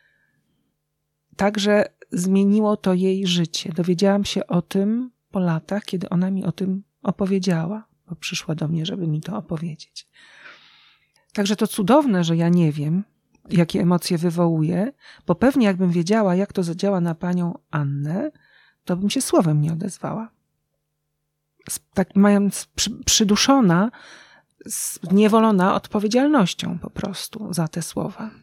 tak, że zmieniło to jej życie. Dowiedziałam się o tym po latach, kiedy ona mi o tym opowiedziała, bo przyszła do mnie, żeby mi to opowiedzieć. Także to cudowne, że ja nie wiem, jakie emocje wywołuje, bo pewnie jakbym wiedziała, jak to zadziała na panią Annę, to bym się słowem nie odezwała. Tak mając przyduszona, zniewolona odpowiedzialnością po prostu za te słowa.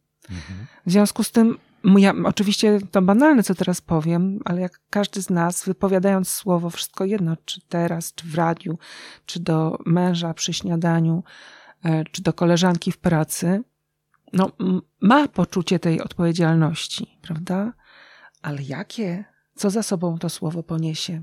W związku z tym, ja, oczywiście to banalne, co teraz powiem, ale jak każdy z nas, wypowiadając słowo, wszystko jedno, czy teraz, czy w radiu, czy do męża przy śniadaniu, czy do koleżanki w pracy, no, ma poczucie tej odpowiedzialności, prawda? Ale jakie? Co za sobą to słowo poniesie?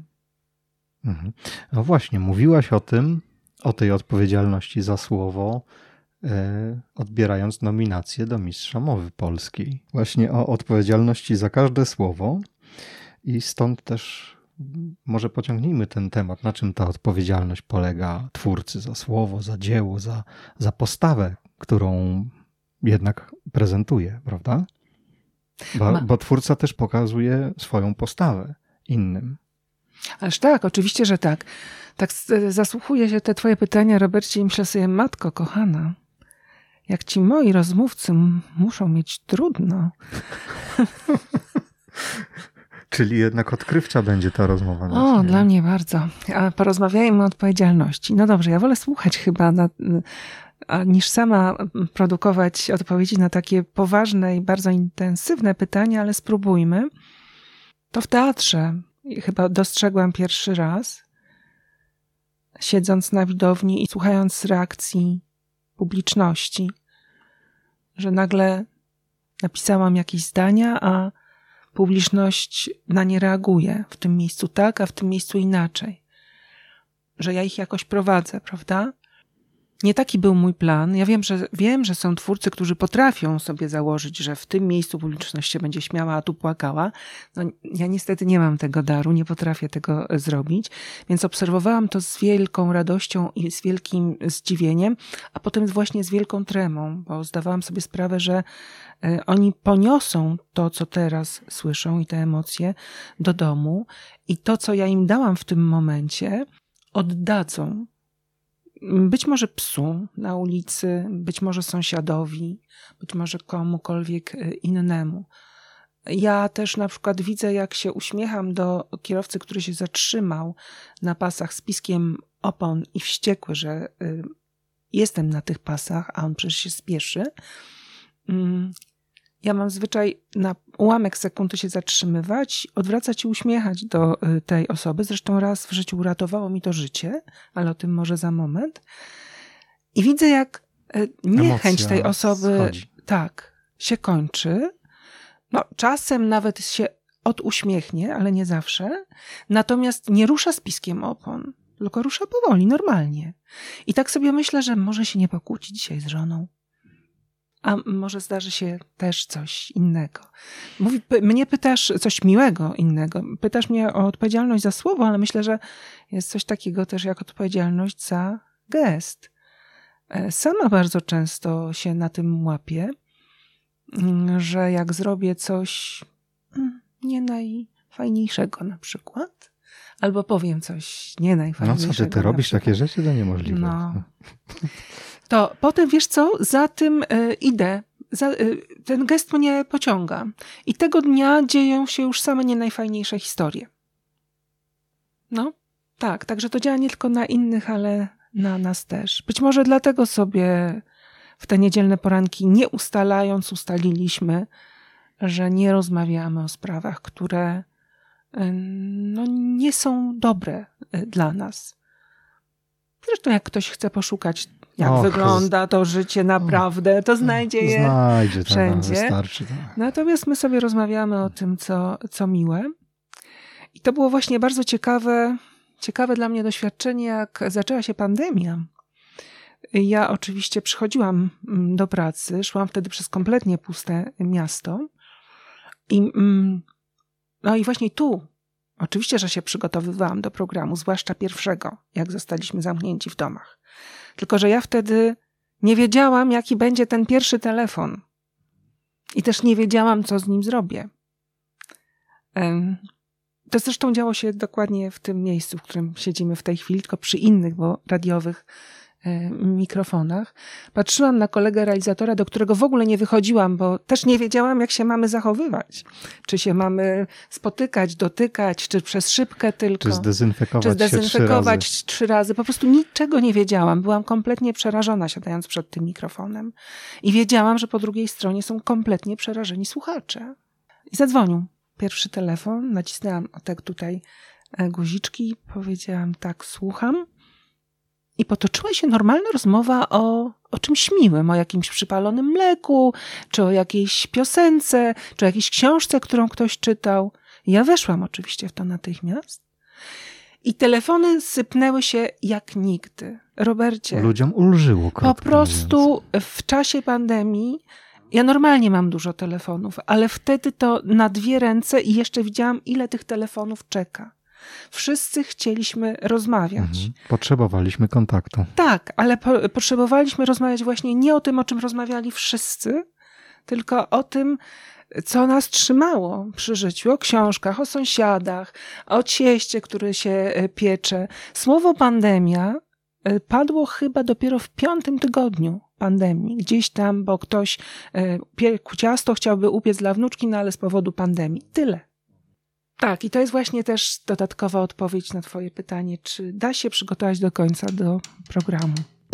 No właśnie, mówiłaś o tym, o tej odpowiedzialności za słowo, odbierając nominację do Mistrza Mowy Polskiej. Właśnie o odpowiedzialności za każde słowo i stąd też może pociągnijmy ten temat, na czym ta odpowiedzialność polega twórcy za słowo, za dzieło, za postawę, którą jednak prezentuje, prawda? Bo twórca też pokazuje swoją postawę innym. Ależ tak, oczywiście, że tak. Tak zasłuchuje się te twoje pytania, Robercie, i myślę sobie, matko kochana, jak ci moi rozmówcy muszą mieć trudno. Czyli jednak odkrywcza będzie ta rozmowa. O, dla mnie bardzo. A porozmawiajmy o odpowiedzialności. No dobrze, ja wolę słuchać chyba, niż sama produkować odpowiedzi na takie poważne i bardzo intensywne pytania, ale spróbujmy. To w teatrze chyba dostrzegłam pierwszy raz, siedząc na widowni i słuchając reakcji publiczności, że nagle napisałam jakieś zdania, a publiczność na nie reaguje. W tym miejscu tak, a w tym miejscu inaczej. Że ja ich jakoś prowadzę, prawda? Nie taki był mój plan. Ja wiem, że są twórcy, którzy potrafią sobie założyć, że w tym miejscu publiczność się będzie śmiała, a tu płakała. No, ja niestety nie mam tego daru, nie potrafię tego zrobić, więc obserwowałam to z wielką radością i z wielkim zdziwieniem, a potem właśnie z wielką tremą, bo zdawałam sobie sprawę, że oni poniosą to, co teraz słyszą i te emocje do domu i to, co ja im dałam w tym momencie, oddadzą. Być może psu na ulicy, być może sąsiadowi, być może komukolwiek innemu. Ja też na przykład widzę, jak się uśmiecham do kierowcy, który się zatrzymał na pasach z piskiem opon i wściekły, że jestem na tych pasach, a on przecież się spieszy. Ja mam zwyczaj na ułamek sekundy się zatrzymywać, odwracać i uśmiechać do tej osoby. Zresztą raz w życiu uratowało mi to życie, ale o tym może za moment. I widzę, jak niechęć tej osoby tak się kończy. No, czasem nawet się oduśmiechnie, ale nie zawsze. Natomiast nie rusza z piskiem opon, tylko rusza powoli, normalnie. I tak sobie myślę, że może się nie pokłóci dzisiaj z żoną. A może zdarzy się też coś innego. Mnie pytasz coś miłego innego. Pytasz mnie o odpowiedzialność za słowo, ale myślę, że jest coś takiego też jak odpowiedzialność za gest. Sama bardzo często się na tym łapię, że jak zrobię coś nie najfajniejszego na przykład, albo powiem coś nie najfajniejszego. No co ty robisz takie rzeczy? To niemożliwe. No. To potem, wiesz co, za tym idę. Ten gest mnie pociąga. I tego dnia dzieją się już same nie najfajniejsze historie. No, tak. Także to działa nie tylko na innych, ale na nas też. Być może dlatego sobie w te niedzielne poranki nie ustalając ustaliliśmy, że nie rozmawiamy o sprawach, które nie są dobre dla nas. Zresztą jak ktoś chce poszukać, jak wygląda to życie naprawdę, to znajdzie je wszędzie. Wystarczy, tak. Natomiast my sobie rozmawiamy o tym, co miłe. I to było właśnie bardzo ciekawe dla mnie doświadczenie, jak zaczęła się pandemia. Ja oczywiście przychodziłam do pracy, szłam wtedy przez kompletnie puste miasto. I właśnie tu, oczywiście, że się przygotowywałam do programu, zwłaszcza pierwszego, jak zostaliśmy zamknięci w domach. Tylko że ja wtedy nie wiedziałam, jaki będzie ten pierwszy telefon. I też nie wiedziałam, co z nim zrobię. To zresztą działo się dokładnie w tym miejscu, w którym siedzimy w tej chwili, tylko przy innych, bo radiowych mikrofonach. Patrzyłam na kolegę realizatora, do którego w ogóle nie wychodziłam, bo też nie wiedziałam, jak się mamy zachowywać. Czy się mamy spotykać, dotykać, czy przez szybkę tylko. Czy zdezynfekować 3 razy. Po prostu niczego nie wiedziałam. Byłam kompletnie przerażona, siadając przed tym mikrofonem. I wiedziałam, że po drugiej stronie są kompletnie przerażeni słuchacze. I zadzwonił pierwszy telefon, nacisnęłam o tutaj guziczki, powiedziałam tak, słucham. I potoczyła się normalna rozmowa o czymś miłym, o jakimś przypalonym mleku, czy o jakiejś piosence, czy o jakiejś książce, którą ktoś czytał. I ja weszłam oczywiście w to natychmiast. I telefony sypnęły się jak nigdy. Robercie. Ludziom ulżyło. Po prostu w czasie pandemii ja normalnie mam dużo telefonów, ale wtedy to na 2 ręce i jeszcze widziałam, ile tych telefonów czeka. Wszyscy chcieliśmy rozmawiać. Potrzebowaliśmy kontaktu. Tak, ale potrzebowaliśmy rozmawiać właśnie nie o tym, o czym rozmawiali wszyscy, tylko o tym, co nas trzymało przy życiu. O książkach, o sąsiadach, o cieście, który się piecze. Słowo pandemia padło chyba dopiero w 5. tygodniu pandemii. Gdzieś tam, bo ktoś piekł ciasto, chciałby upiec dla wnuczki, no ale z powodu pandemii. Tyle. Tak, i to jest właśnie też dodatkowa odpowiedź na twoje pytanie, czy da się przygotować do końca do programu.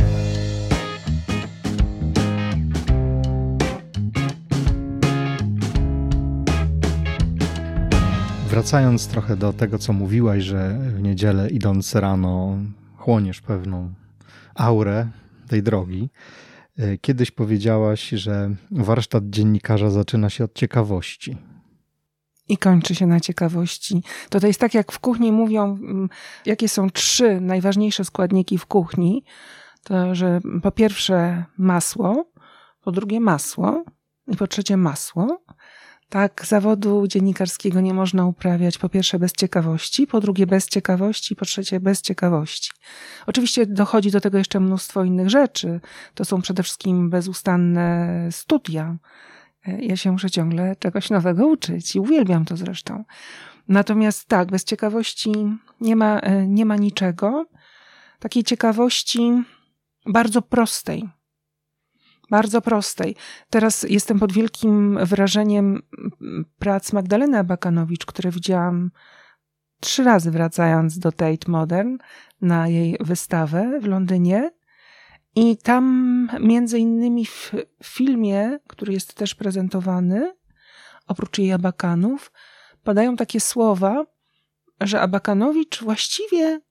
Wracając trochę do tego, co mówiłaś, że w niedzielę idąc rano chłoniesz pewną aurę tej drogi. Kiedyś powiedziałaś, że warsztat dziennikarza zaczyna się od ciekawości. I kończy się na ciekawości. To jest tak, jak w kuchni mówią, jakie są 3 najważniejsze składniki w kuchni. To, że po pierwsze masło, po drugie masło i po trzecie masło. Tak, zawodu dziennikarskiego nie można uprawiać po pierwsze bez ciekawości, po drugie bez ciekawości, po trzecie bez ciekawości. Oczywiście dochodzi do tego jeszcze mnóstwo innych rzeczy. To są przede wszystkim bezustanne studia. Ja się muszę ciągle czegoś nowego uczyć i uwielbiam to zresztą. Natomiast tak, bez ciekawości nie ma niczego. Takiej ciekawości bardzo prostej. Bardzo prostej. Teraz jestem pod wielkim wrażeniem prac Magdaleny Abakanowicz, które widziałam 3 razy wracając do Tate Modern na jej wystawę w Londynie. I tam między innymi w filmie, który jest też prezentowany, oprócz jej Abakanów, padają takie słowa, że Abakanowicz właściwie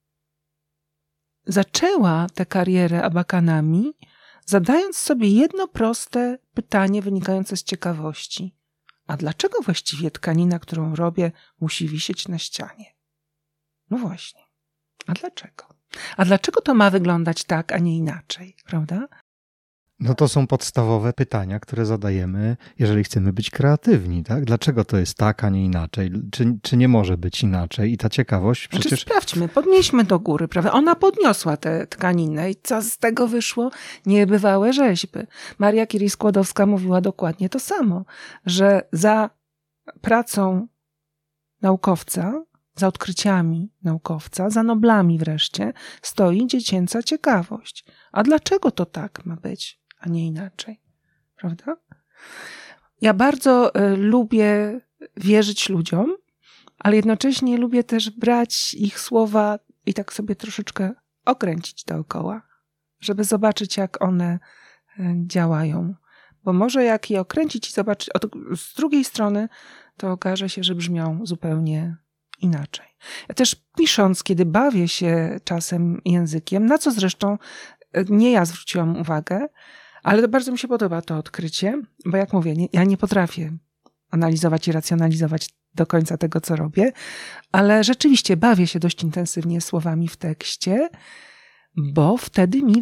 zaczęła tę karierę Abakanami, zadając sobie jedno proste pytanie wynikające z ciekawości. A dlaczego właściwie tkanina, którą robię, musi wisieć na ścianie? No właśnie. A dlaczego? A dlaczego to ma wyglądać tak, a nie inaczej, prawda? No to są podstawowe pytania, które zadajemy, jeżeli chcemy być kreatywni, tak? Dlaczego to jest tak, a nie inaczej? Czy nie może być inaczej? I ta ciekawość przecież... Znaczy sprawdźmy, podnieśmy do góry, prawda? Ona podniosła tę tkaninę i co z tego wyszło? Niebywałe rzeźby. Maria Curie-Skłodowska mówiła dokładnie to samo, że za pracą naukowca, za odkryciami naukowca, za Noblami wreszcie, stoi dziecięca ciekawość. A dlaczego to tak ma być, a nie inaczej? Prawda? Ja bardzo lubię wierzyć ludziom, ale jednocześnie lubię też brać ich słowa i tak sobie troszeczkę okręcić dookoła, żeby zobaczyć, jak one działają. Bo może jak je okręcić i zobaczyć z drugiej strony, to okaże się, że brzmią zupełnie inaczej. Ja też pisząc, kiedy bawię się czasem językiem, na co zresztą nie ja zwróciłam uwagę, ale bardzo mi się podoba to odkrycie, bo jak mówię, ja nie potrafię analizować i racjonalizować do końca tego, co robię, ale rzeczywiście bawię się dość intensywnie słowami w tekście, bo wtedy mi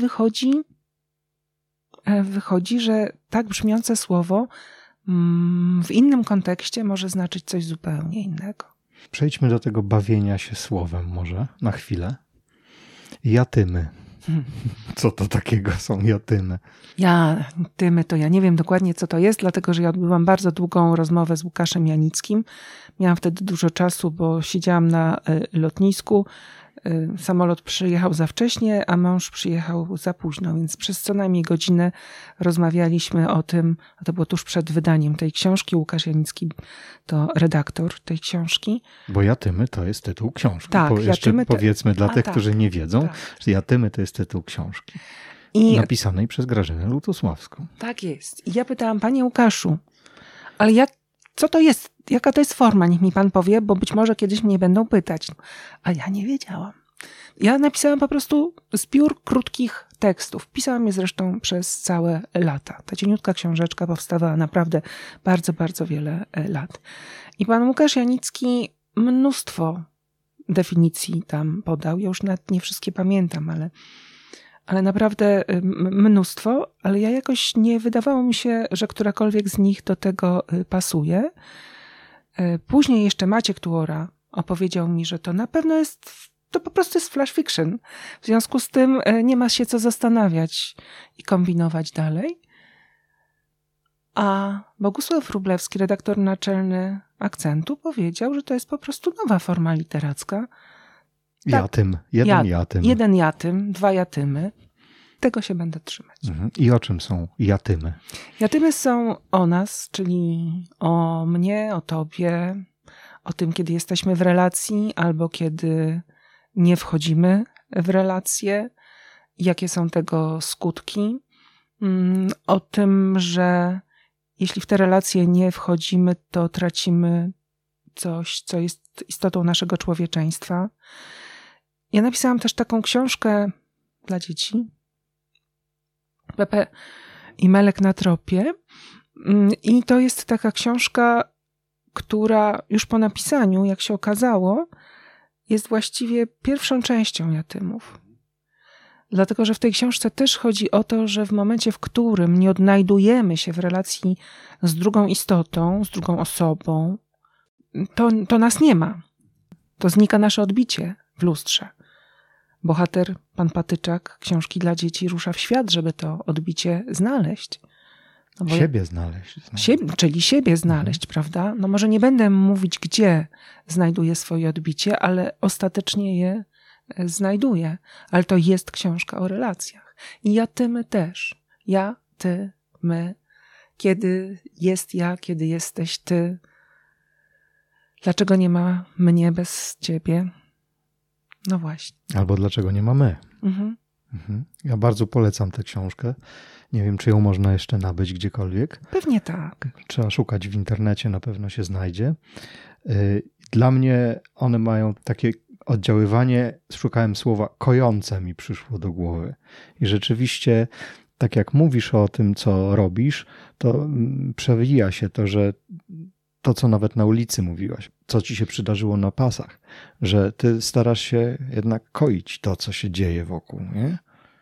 wychodzi, że tak brzmiące słowo w innym kontekście może znaczyć coś zupełnie innego. Przejdźmy do tego bawienia się słowem może na chwilę. Jatymy. Co to takiego są jatymy? Jatymy to ja nie wiem dokładnie, co to jest, dlatego że ja odbyłam bardzo długą rozmowę z Łukaszem Janickim. Miałam wtedy dużo czasu, bo siedziałam na lotnisku. Samolot przyjechał za wcześnie, a mąż przyjechał za późno, więc przez co najmniej godzinę rozmawialiśmy o tym, a to było tuż przed wydaniem tej książki. Łukasz Janicki to redaktor tej książki. Bo Jatymy to jest tytuł książki. Tak, jeszcze powiedzmy dla tych, którzy nie wiedzą, tak. że Jatymy to jest tytuł książki. Napisanej przez Grażynę Lutusławską. Tak jest. I ja pytałam, panie Łukaszu, ale co to jest? Jaka to jest forma? Niech mi pan powie, bo być może kiedyś mnie będą pytać. A ja nie wiedziałam. Ja napisałam po prostu zbiór krótkich tekstów. Pisałam je zresztą przez całe lata. Ta cieniutka książeczka powstawała naprawdę bardzo, bardzo wiele lat. I pan Łukasz Janicki mnóstwo definicji tam podał. Ja już nawet nie wszystkie pamiętam, ale naprawdę mnóstwo, ale ja jakoś nie wydawało mi się, że którakolwiek z nich do tego pasuje. Później jeszcze Maciek Tuora opowiedział mi, że to na pewno to po prostu jest flash fiction. W związku z tym nie ma się co zastanawiać i kombinować dalej. A Bogusław Wróblewski, redaktor naczelny Akcentu, powiedział, że to jest po prostu nowa forma literacka. Jatym. Jatym. Jeden jatym, 2 jatymy. Tego się będę trzymać. I o czym są jatymy? Jatymy są o nas, czyli o mnie, o tobie, o tym, kiedy jesteśmy w relacji albo kiedy nie wchodzimy w relacje, jakie są tego skutki. O tym, że jeśli w te relacje nie wchodzimy, to tracimy coś, co jest istotą naszego człowieczeństwa. Ja napisałam też taką książkę dla dzieci. Pepe i Melek na tropie. I to jest taka książka, która już po napisaniu, jak się okazało, jest właściwie pierwszą częścią Jatymów. Dlatego, że w tej książce też chodzi o to, że w momencie, w którym nie odnajdujemy się w relacji z drugą istotą, z drugą osobą, to nas nie ma. To znika nasze odbicie w lustrze. Bohater, pan Patyczak, książki dla dzieci, rusza w świat, żeby to odbicie znaleźć. No bo siebie znaleźć. Czyli siebie znaleźć, prawda? No może nie będę mówić, gdzie znajduje swoje odbicie, ale ostatecznie je znajduje. Ale to jest książka o relacjach. I jatymy też. Ja, ty, my. Kiedy jest ja, kiedy jesteś ty. Dlaczego nie ma mnie bez ciebie? No właśnie. Albo dlaczego nie ma my. Ja bardzo polecam tę książkę. Nie wiem, czy ją można jeszcze nabyć gdziekolwiek. Pewnie tak. Trzeba szukać w internecie, na pewno się znajdzie. Dla mnie one mają takie oddziaływanie, szukałem słowa kojące mi przyszło do głowy. I rzeczywiście, tak jak mówisz o tym, co robisz, to przewija się to, że to, co nawet na ulicy mówiłaś, co ci się przydarzyło na pasach, że ty starasz się jednak koić to, co się dzieje wokół, nie?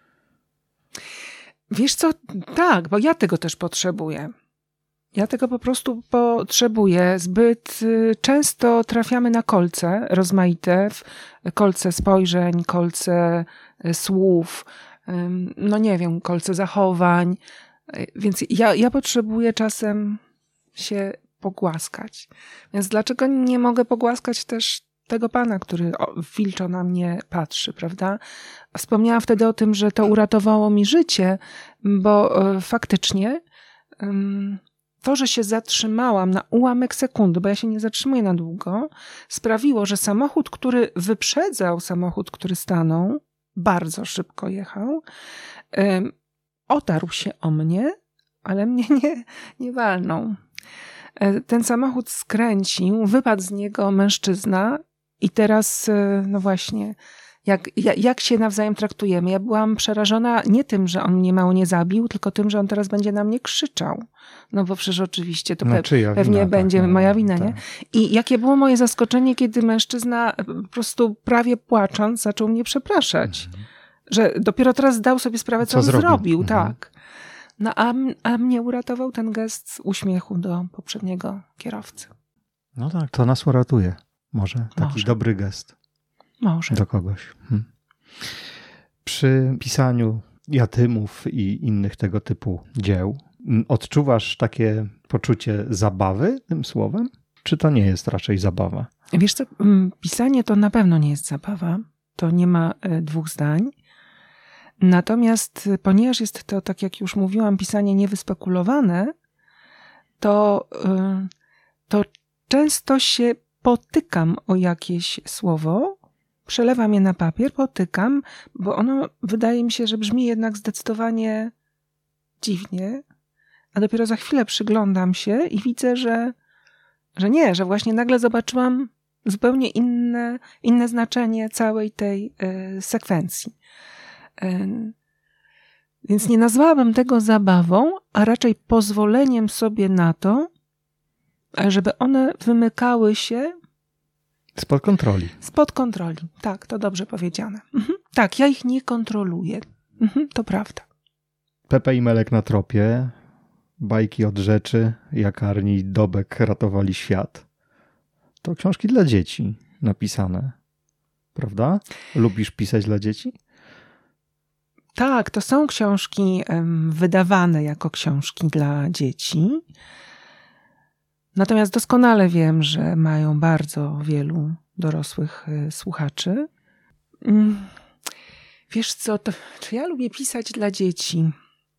Wiesz co, tak, bo ja tego też potrzebuję. Ja tego po prostu potrzebuję. Zbyt często trafiamy na kolce rozmaite, kolce spojrzeń, kolce słów, no nie wiem, kolce zachowań. Więc ja potrzebuję czasem się pogłaskać. Więc dlaczego nie mogę pogłaskać też tego pana, który wilczo na mnie patrzy, prawda? Wspomniałam wtedy o tym, że to uratowało mi życie, bo faktycznie to, że się zatrzymałam na ułamek sekundy, bo ja się nie zatrzymuję na długo, sprawiło, że samochód, który wyprzedzał samochód, który stanął, bardzo szybko jechał, otarł się o mnie, ale mnie nie walnął. Ten samochód skręcił, wypadł z niego mężczyzna i teraz, no właśnie, jak się nawzajem traktujemy. Ja byłam przerażona nie tym, że on mnie mało nie zabił, tylko tym, że on teraz będzie na mnie krzyczał. No bo przecież oczywiście to pewnie wina, będzie moja wina, nie? I jakie było moje zaskoczenie, kiedy mężczyzna po prostu prawie płacząc zaczął mnie przepraszać. Że dopiero teraz zdał sobie sprawę, co on zrobił. Tak. No a mnie uratował ten gest uśmiechu do poprzedniego kierowcy. No tak, to nas uratuje. Może taki dobry gest. Może. Do kogoś. Przy pisaniu Jatymów i innych tego typu dzieł odczuwasz takie poczucie zabawy tym słowem? Czy to nie jest raczej zabawa? Wiesz co, pisanie to na pewno nie jest zabawa. To nie ma dwóch zdań. Natomiast ponieważ jest to, tak jak już mówiłam, pisanie niewyspekulowane, to często się potykam o jakieś słowo, przelewam je na papier, potykam, bo ono wydaje mi się, że brzmi jednak zdecydowanie dziwnie, a dopiero za chwilę przyglądam się i widzę, że nie, że właśnie nagle zobaczyłam zupełnie inne znaczenie całej tej sekwencji. Więc nie nazwałabym tego zabawą, a raczej pozwoleniem sobie na to, żeby one wymykały się spod kontroli. Spod kontroli, tak, to dobrze powiedziane. Tak, ja ich nie kontroluję. To prawda. Pepe i Melek na tropie, bajki od rzeczy, jak Arni i Dobek ratowali świat. To książki dla dzieci napisane, prawda? Lubisz pisać dla dzieci? Tak, to są książki wydawane jako książki dla dzieci. Natomiast doskonale wiem, że mają bardzo wielu dorosłych słuchaczy. Wiesz co, czy ja lubię pisać dla dzieci?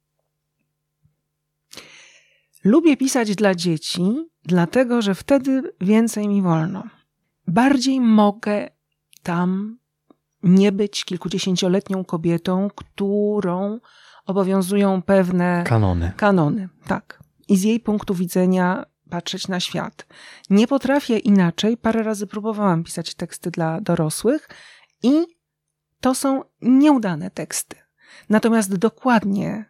Lubię pisać dla dzieci, dlatego że wtedy więcej mi wolno. Bardziej mogę tam nie być kilkudziesięcioletnią kobietą, którą obowiązują pewne kanony, tak. I z jej punktu widzenia patrzeć na świat. Nie potrafię inaczej. Parę razy próbowałam pisać teksty dla dorosłych i to są nieudane teksty. Natomiast dokładnie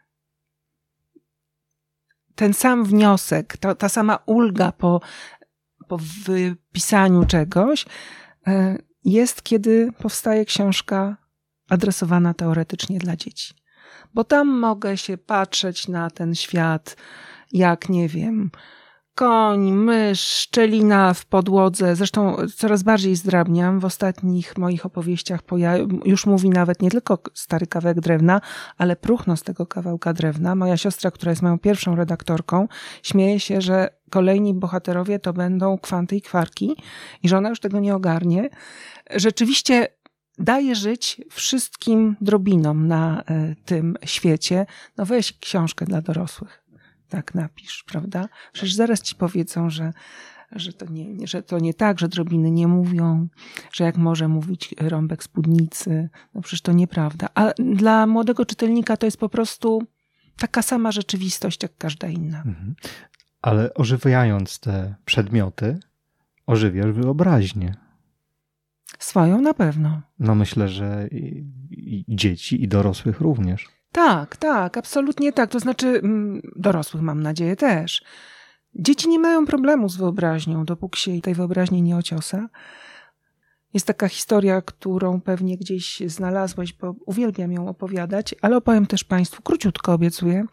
ten sam wniosek, ta sama ulga po wypisaniu czegoś jest, kiedy powstaje książka adresowana teoretycznie dla dzieci. Bo tam mogę się patrzeć na ten świat jak, nie wiem, koń, mysz, szczelina w podłodze. Zresztą coraz bardziej zdrabniam. W ostatnich moich opowieściach już mówi nawet nie tylko stary kawałek drewna, ale próchno z tego kawałka drewna. Moja siostra, która jest moją pierwszą redaktorką, śmieje się, że kolejni bohaterowie to będą kwanty i kwarki i że ona już tego nie ogarnie. Rzeczywiście daje żyć wszystkim drobinom na tym świecie. No weź książkę dla dorosłych. Tak napisz, prawda? Przecież zaraz ci powiedzą, że to nie tak, że drobiny nie mówią, że jak może mówić rąbek spódnicy. No przecież to nieprawda. A dla młodego czytelnika to jest po prostu taka sama rzeczywistość, jak każda inna. Ale ożywiając te przedmioty, ożywiasz wyobraźnię. Swoją na pewno. No myślę, że i dzieci, i dorosłych również. Tak, absolutnie tak. To znaczy dorosłych mam nadzieję też. Dzieci nie mają problemu z wyobraźnią, dopóki się tej wyobraźni nie ociosa. Jest taka historia, którą pewnie gdzieś znalazłeś, bo uwielbiam ją opowiadać, ale opowiem też Państwu, króciutko obiecuję.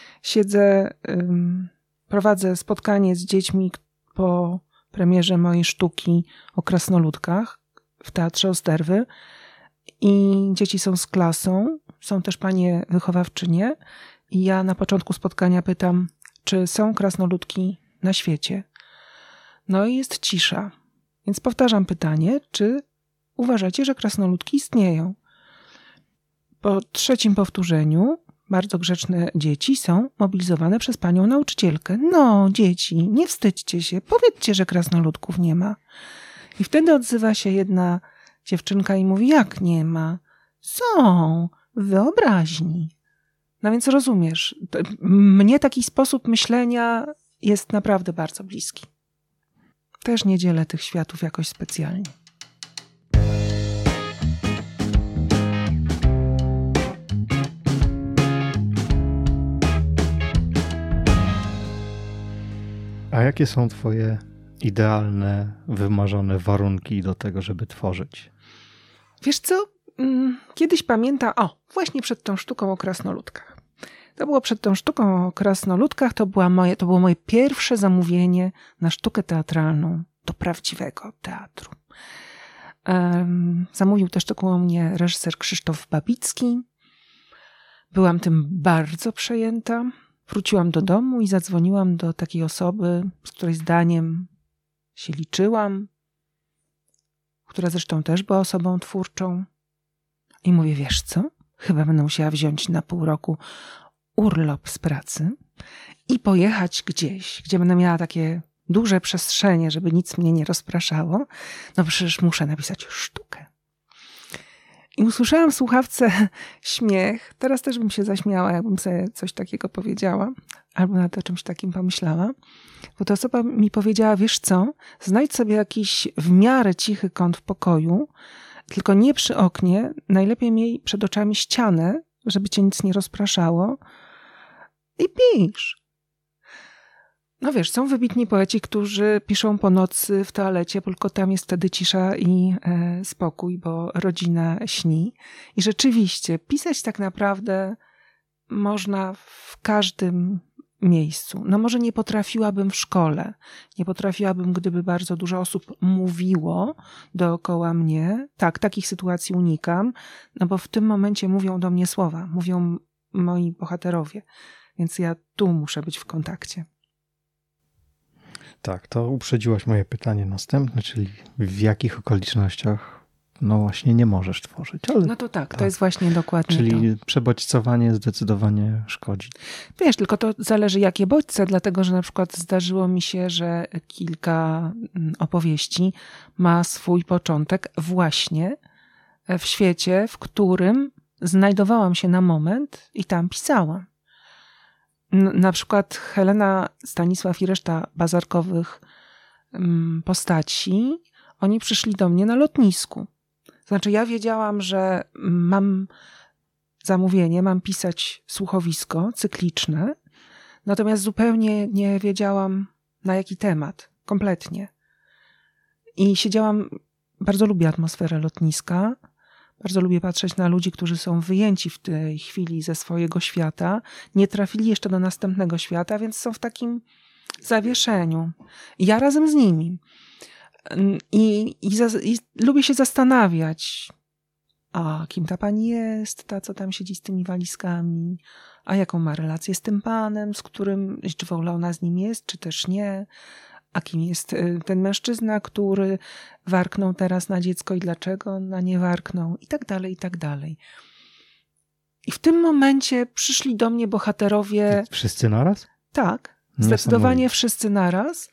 Prowadzę spotkanie z dziećmi po premierze mojej sztuki o krasnoludkach w Teatrze Osterwy i dzieci są z klasą. Są też panie wychowawczynie i ja na początku spotkania pytam, czy są krasnoludki na świecie. No i jest cisza. Więc powtarzam pytanie, czy uważacie, że krasnoludki istnieją? Po trzecim powtórzeniu bardzo grzeczne dzieci są mobilizowane przez panią nauczycielkę. No, dzieci, nie wstydźcie się, powiedzcie, że krasnoludków nie ma. I wtedy odzywa się jedna dziewczynka i mówi, jak nie ma? Są, w wyobraźni. No więc rozumiesz, mnie taki sposób myślenia jest naprawdę bardzo bliski. Też nie dzielę tych światów jakoś specjalnie. A jakie są twoje idealne, wymarzone warunki do tego, żeby tworzyć? Wiesz co? Kiedyś pamiętam, właśnie przed tą sztuką o krasnoludkach. To było przed tą sztuką o krasnoludkach, to było moje pierwsze zamówienie na sztukę teatralną do prawdziwego teatru. Zamówił tę sztukę u mnie reżyser Krzysztof Babicki. Byłam tym bardzo przejęta. Wróciłam do domu i zadzwoniłam do takiej osoby, z której zdaniem się liczyłam, która zresztą też była osobą twórczą. I mówię, wiesz co? Chyba będę musiała wziąć na pół roku urlop z pracy i pojechać gdzieś, gdzie będę miała takie duże przestrzenie, żeby nic mnie nie rozpraszało. No przecież muszę napisać sztukę. I usłyszałam w słuchawce śmiech. Teraz też bym się zaśmiała, jakbym sobie coś takiego powiedziała. Albo nad o czymś takim pomyślała. Bo ta osoba mi powiedziała, wiesz co, znajdź sobie jakiś w miarę cichy kąt w pokoju, tylko nie przy oknie, najlepiej miej przed oczami ścianę, żeby cię nic nie rozpraszało i pisz. No wiesz, są wybitni poeci, którzy piszą po nocy w toalecie, tylko tam jest wtedy cisza i spokój, bo rodzina śni. I rzeczywiście pisać tak naprawdę można w każdym miejscu. No może nie potrafiłabym w szkole, nie potrafiłabym, gdyby bardzo dużo osób mówiło dookoła mnie. Tak, takich sytuacji unikam, no bo w tym momencie mówią do mnie słowa, mówią moi bohaterowie, więc ja tu muszę być w kontakcie. Tak, to uprzedziłaś moje pytanie następne, czyli w jakich okolicznościach no właśnie nie możesz tworzyć. Ale no to tak, to jest właśnie dokładnie czyli to. Przebodźcowanie zdecydowanie szkodzi. Wiesz, tylko to zależy jakie bodźce, dlatego że na przykład zdarzyło mi się, że kilka opowieści ma swój początek właśnie w świecie, w którym znajdowałam się na moment i tam pisałam. Na przykład Helena, Stanisław i reszta bazarkowych postaci, oni przyszli do mnie na lotnisku. Znaczy ja wiedziałam, że mam zamówienie, mam pisać słuchowisko cykliczne, natomiast zupełnie nie wiedziałam na jaki temat, kompletnie. I siedziałam, bardzo lubię atmosferę lotniska, bardzo lubię patrzeć na ludzi, którzy są wyjęci w tej chwili ze swojego świata, nie trafili jeszcze do następnego świata, więc są w takim zawieszeniu. Ja razem z nimi. I lubię się zastanawiać, a kim ta pani jest, ta co tam siedzi z tymi walizkami, a jaką ma relację z tym panem, z którym, czy w ogóle ona z nim jest, czy też nie, a kim jest ten mężczyzna, który warknął teraz na dziecko i dlaczego na nie warknął i tak dalej, i tak dalej. I w tym momencie przyszli do mnie bohaterowie... Wszyscy naraz? Tak, zdecydowanie wszyscy naraz.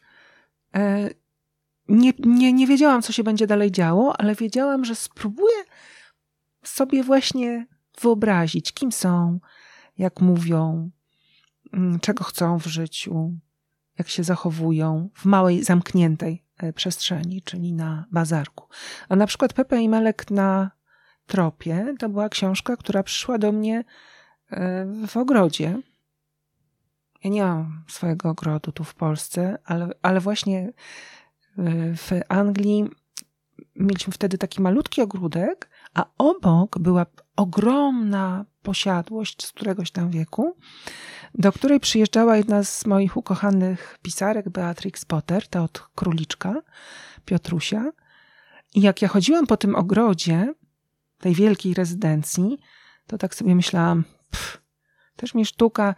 Nie wiedziałam, co się będzie dalej działo, ale wiedziałam, że spróbuję sobie właśnie wyobrazić, kim są, jak mówią, czego chcą w życiu, jak się zachowują w małej, zamkniętej przestrzeni, czyli na bazarku. A na przykład Pepe i Melek na tropie to była książka, która przyszła do mnie w ogrodzie. Ja nie mam swojego ogrodu tu w Polsce, ale właśnie w Anglii mieliśmy wtedy taki malutki ogródek, a obok była ogromna posiadłość z któregoś tam wieku, do której przyjeżdżała jedna z moich ukochanych pisarek, Beatrix Potter, ta od Króliczka, Piotrusia. I jak ja chodziłam po tym ogrodzie, tej wielkiej rezydencji, to tak sobie myślałam, też mi sztuka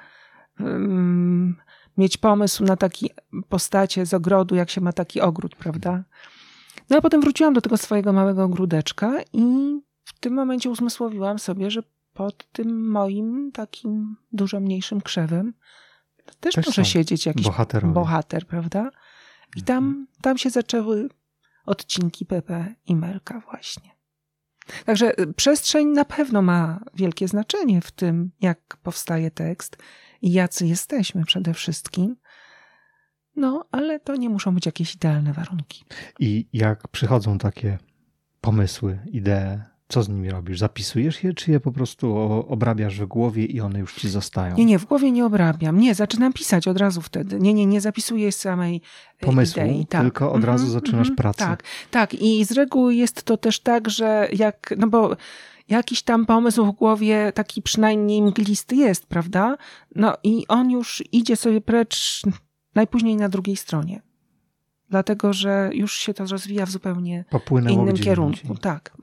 mieć pomysł na takie postacie z ogrodu, jak się ma taki ogród, prawda? No a potem wróciłam do tego swojego małego ogródeczka i w tym momencie uzmysłowiłam sobie, że pod tym moim takim dużo mniejszym krzewem też może siedzieć jakiś bohater, prawda? I tam się zaczęły odcinki Pepe i Melka właśnie. Także przestrzeń na pewno ma wielkie znaczenie w tym, jak powstaje tekst i jacy jesteśmy przede wszystkim. No, ale to nie muszą być jakieś idealne warunki. I jak przychodzą takie pomysły, idee, co z nimi robisz? Zapisujesz je, czy je po prostu obrabiasz w głowie i one już ci zostają? Nie, w głowie nie obrabiam. Nie, zaczynam pisać od razu wtedy. Nie zapisuję samej pomysłu, idei. Tak. Tylko od razu zaczynasz pracę. Tak. I z reguły jest to też tak, że bo jakiś tam pomysł w głowie taki przynajmniej mglisty jest, prawda? No i on już idzie sobie precz najpóźniej na drugiej stronie. Dlatego, że już się to rozwija w zupełnie innym kierunku. Indziej. Tak.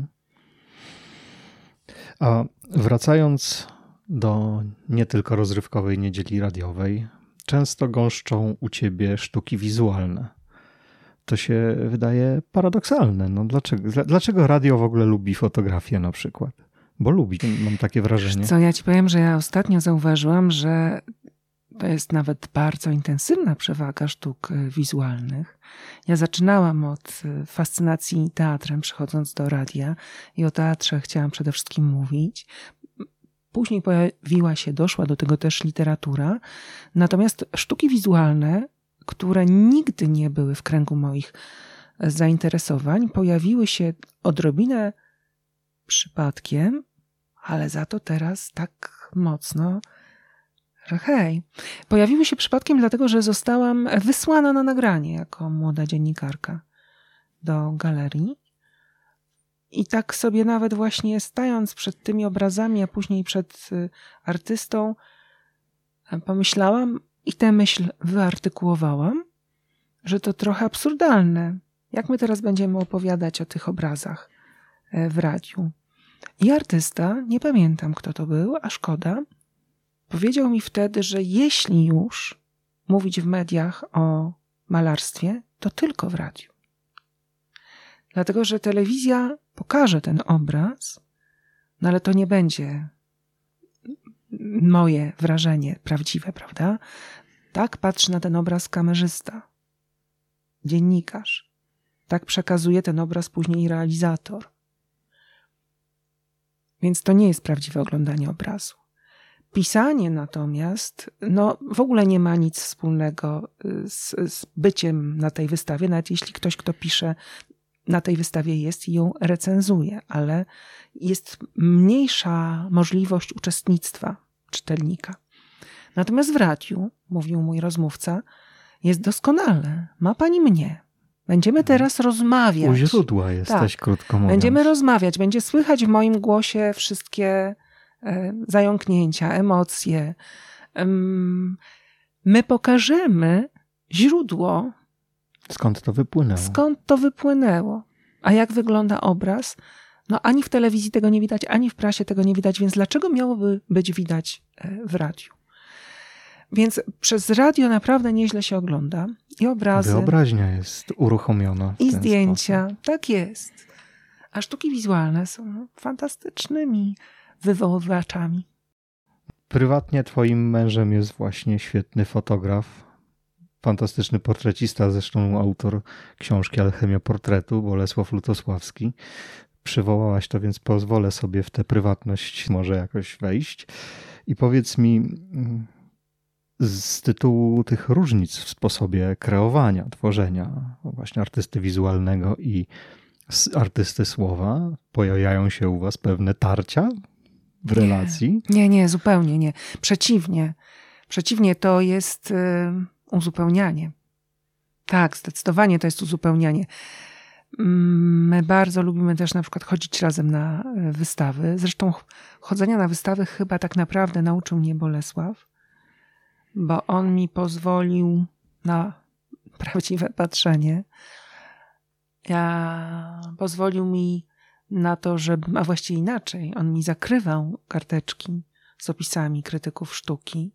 A wracając do nie tylko rozrywkowej niedzieli radiowej, często gąszczą u ciebie sztuki wizualne. To się wydaje paradoksalne. No dlaczego radio w ogóle lubi fotografię na przykład? Bo lubi, mam takie wrażenie. Co, ja ci powiem, że ja ostatnio zauważyłam, że to jest nawet bardzo intensywna przewaga sztuk wizualnych. Ja zaczynałam od fascynacji teatrem, przychodząc do radia i o teatrze chciałam przede wszystkim mówić. Później doszła do tego też literatura. Natomiast sztuki wizualne, które nigdy nie były w kręgu moich zainteresowań, pojawiły się odrobinę przypadkiem, ale za to teraz tak mocno, że hej. Pojawiły się przypadkiem dlatego, że zostałam wysłana na nagranie jako młoda dziennikarka do galerii. I tak sobie nawet właśnie stając przed tymi obrazami, a później przed artystą, pomyślałam i tę myśl wyartykułowałam, że to trochę absurdalne. Jak my teraz będziemy opowiadać o tych obrazach w radiu? I artysta, nie pamiętam kto to był, a szkoda, powiedział mi wtedy, że jeśli już mówić w mediach o malarstwie, to tylko w radiu. Dlatego, że telewizja pokaże ten obraz, no ale to nie będzie moje wrażenie prawdziwe, prawda? Tak patrzy na ten obraz kamerzysta, dziennikarz. Tak przekazuje ten obraz później realizator. Więc to nie jest prawdziwe oglądanie obrazu. Pisanie natomiast, w ogóle nie ma nic wspólnego z byciem na tej wystawie, nawet jeśli ktoś, kto pisze, na tej wystawie jest i ją recenzuje, ale jest mniejsza możliwość uczestnictwa czytelnika. Natomiast w radiu, mówił mój rozmówca, jest doskonale. Ma pani mnie. Będziemy teraz rozmawiać. U źródła jesteś, tak. Krótko mówiąc. Będziemy rozmawiać. Będzie słychać w moim głosie wszystkie zająknięcia, emocje. My pokażemy źródło. Skąd to wypłynęło. A jak wygląda obraz? Ani w telewizji tego nie widać, ani w prasie tego nie widać, więc dlaczego miałoby być widać w radiu? Więc przez radio naprawdę nieźle się ogląda. I obrazy. Wyobraźnia jest uruchomiona. I zdjęcia. Sposób. Tak jest. A sztuki wizualne są fantastycznymi wywoływaczami. Prywatnie twoim mężem jest właśnie świetny fotograf. Fantastyczny portrecista, zresztą autor książki Alchemia portretu, Bolesław Lutosławski. Przywołałaś to, więc pozwolę sobie w tę prywatność może jakoś wejść. I powiedz mi, z tytułu tych różnic w sposobie kreowania, tworzenia właśnie artysty wizualnego i artysty słowa, pojawiają się u was pewne tarcia w relacji? Nie, zupełnie nie. Przeciwnie, to jest uzupełnianie. Tak, zdecydowanie to jest uzupełnianie. My bardzo lubimy też na przykład chodzić razem na wystawy. Zresztą chodzenia na wystawy chyba tak naprawdę nauczył mnie Bolesław, bo on mi pozwolił na prawdziwe patrzenie. Pozwolił mi na to, a właściwie inaczej, on mi zakrywał karteczki z opisami krytyków sztuki.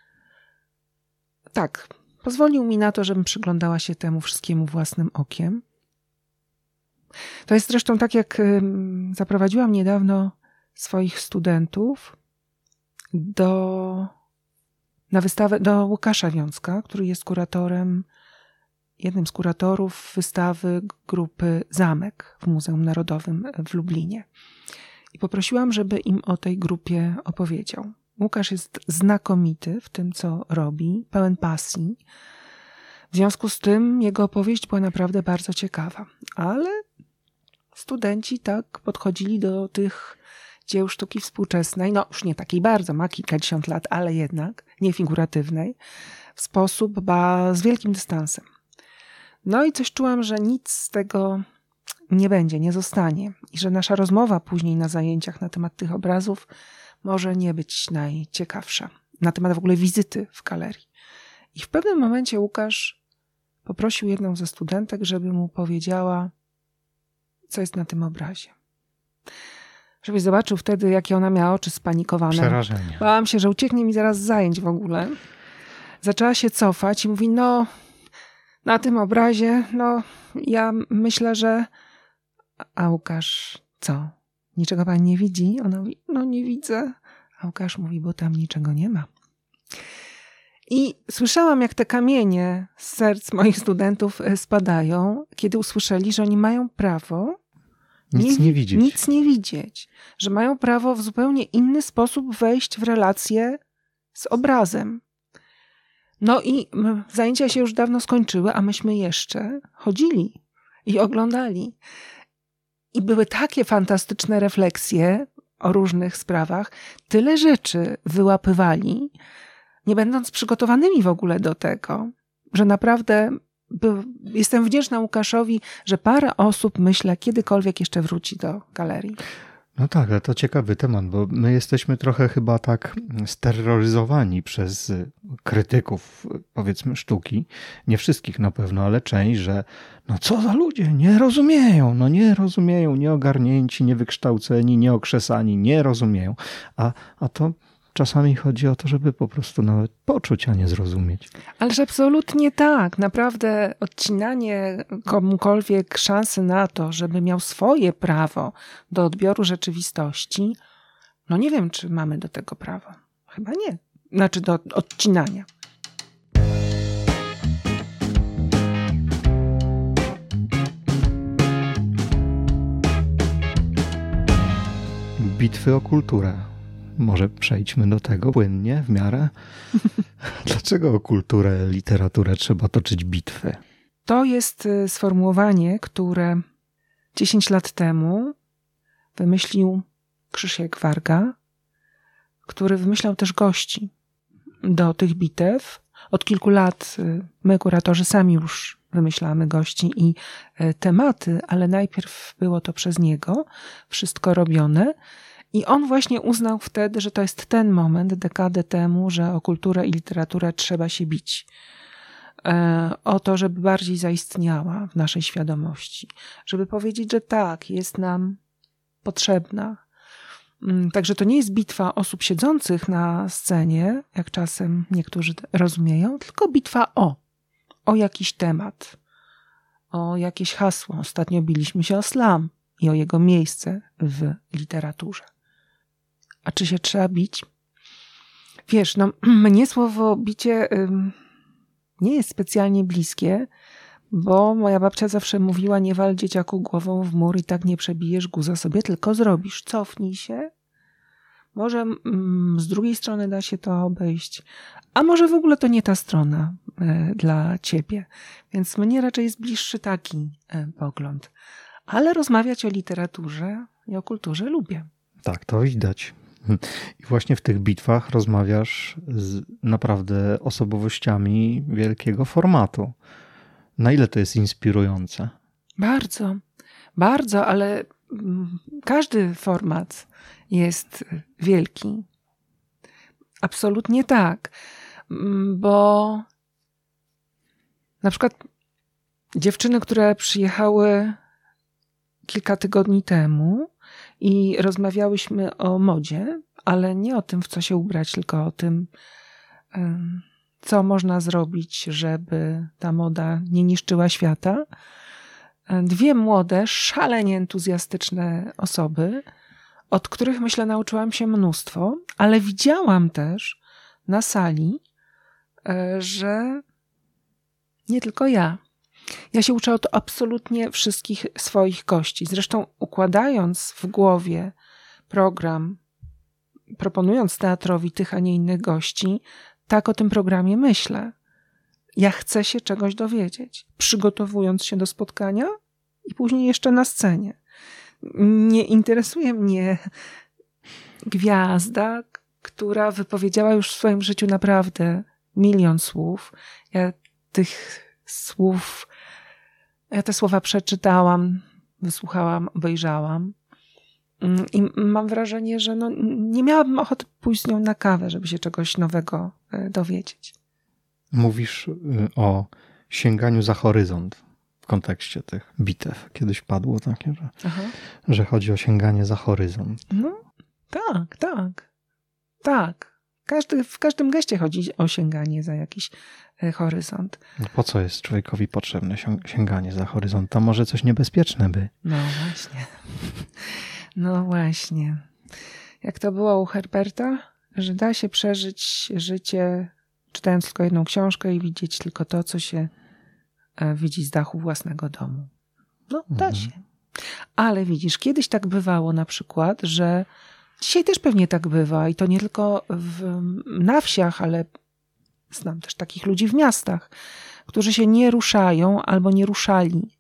Tak, pozwolił mi na to, żebym przyglądała się temu wszystkiemu własnym okiem. To jest zresztą tak, jak zaprowadziłam niedawno swoich studentów na wystawę do Łukasza Wiącka, który jest kuratorem jednym z kuratorów wystawy grupy Zamek w Muzeum Narodowym w Lublinie. I poprosiłam, żeby im o tej grupie opowiedział. Łukasz jest znakomity w tym, co robi, pełen pasji. W związku z tym jego opowieść była naprawdę bardzo ciekawa. Ale studenci tak podchodzili do tych dzieł sztuki współczesnej, no już nie takiej bardzo, ma kilkadziesiąt lat, ale jednak nie figuratywnej, w sposób z wielkim dystansem. No i coś czułam, że nic z tego nie będzie, nie zostanie i że nasza rozmowa później na zajęciach na temat tych obrazów może nie być najciekawsza. Na temat w ogóle wizyty w galerii. I w pewnym momencie Łukasz poprosił jedną ze studentek, żeby mu powiedziała, co jest na tym obrazie. Żebyś zobaczył wtedy, jakie ona miała oczy spanikowane. Przerażenie. Bałam się, że ucieknie mi zaraz z zajęć w ogóle. Zaczęła się cofać i mówi, no na tym obrazie, no ja myślę, że... A Łukasz, co? Niczego pan nie widzi? Ona mówi, no nie widzę. A Łukasz mówi, bo tam niczego nie ma. I słyszałam, jak te kamienie z serc moich studentów spadają, kiedy usłyszeli, że oni mają prawo Nic nie widzieć. Że mają prawo w zupełnie inny sposób wejść w relację z obrazem. No i zajęcia się już dawno skończyły, a myśmy jeszcze chodzili i oglądali. I były takie fantastyczne refleksje o różnych sprawach. Tyle rzeczy wyłapywali, nie będąc przygotowanymi w ogóle do tego, że naprawdę jestem wdzięczna Łukaszowi, że parę osób, myślę, kiedykolwiek jeszcze wróci do galerii. No tak, ale to ciekawy temat, bo my jesteśmy trochę chyba tak steroryzowani przez krytyków, powiedzmy, sztuki. Nie wszystkich na pewno, ale część, że no co za ludzie, nie rozumieją, nieogarnięci, niewykształceni, nieokrzesani, nie rozumieją. A to czasami chodzi o to, żeby po prostu nawet poczuć, a nie zrozumieć. Ależ absolutnie tak. Naprawdę odcinanie komukolwiek szansy na to, żeby miał swoje prawo do odbioru rzeczywistości, no nie wiem, czy mamy do tego prawo. Chyba nie. Znaczy do odcinania. Bitwy o kulturę. Może przejdźmy do tego płynnie, w miarę. Dlaczego o kulturę, literaturę trzeba toczyć bitwy? To jest sformułowanie, które 10 lat temu wymyślił Krzysiek Warga, który wymyślał też gości do tych bitew. Od kilku lat my, kuratorzy, sami już wymyślamy gości i tematy, ale najpierw było to przez niego wszystko robione. I on właśnie uznał wtedy, że to jest ten moment, dekadę temu, że o kulturę i literaturę trzeba się bić. O to, żeby bardziej zaistniała w naszej świadomości. Żeby powiedzieć, że tak, jest nam potrzebna. Także to nie jest bitwa osób siedzących na scenie, jak czasem niektórzy rozumieją, tylko bitwa o jakiś temat, o jakieś hasło. Ostatnio biliśmy się o slam i o jego miejsce w literaturze. A czy się trzeba bić? Wiesz, no mnie słowo bicie nie jest specjalnie bliskie, bo moja babcia zawsze mówiła, nie wal dzieciaku głową w mur i tak nie przebijesz guza sobie, tylko zrobisz. Cofnij się. Może z drugiej strony da się to obejść, a może w ogóle to nie ta strona dla ciebie. Więc mnie raczej jest bliższy taki pogląd. Ale rozmawiać o literaturze i o kulturze lubię. Tak, to widać. I właśnie w tych bitwach rozmawiasz z naprawdę osobowościami wielkiego formatu. Na ile to jest inspirujące? Bardzo, bardzo, ale każdy format jest wielki. Absolutnie tak. Bo na przykład dziewczyny, które przyjechały kilka tygodni temu i rozmawiałyśmy o modzie, ale nie o tym, w co się ubrać, tylko o tym, co można zrobić, żeby ta moda nie niszczyła świata. Dwie młode, szalenie entuzjastyczne osoby, od których, myślę, nauczyłam się mnóstwo, ale widziałam też na sali, że nie tylko ja, Ja się uczę od absolutnie wszystkich swoich gości. Zresztą układając w głowie program, proponując teatrowi tych, a nie innych gości, tak o tym programie myślę. Ja chcę się czegoś dowiedzieć, przygotowując się do spotkania i później jeszcze na scenie. Nie interesuje mnie gwiazda, która wypowiedziała już w swoim życiu naprawdę 1 000 000 słów. Ja te słowa przeczytałam, wysłuchałam, obejrzałam i mam wrażenie, że nie miałabym ochoty pójść z nią na kawę, żeby się czegoś nowego dowiedzieć. Mówisz o sięganiu za horyzont w kontekście tych bitew. Kiedyś padło takie, że chodzi o sięganie za horyzont. No, tak. W każdym geście chodzi o sięganie za jakiś horyzont. Po co jest człowiekowi potrzebne sięganie za horyzont? To może coś niebezpieczne by. No właśnie. Jak to było u Herberta, że da się przeżyć życie czytając tylko jedną książkę i widzieć tylko to, co się widzi z dachu własnego domu. No, da się. Ale widzisz, kiedyś tak bywało na przykład, że dzisiaj też pewnie tak bywa i to nie tylko na wsiach, ale znam też takich ludzi w miastach, którzy się nie ruszają albo nie ruszali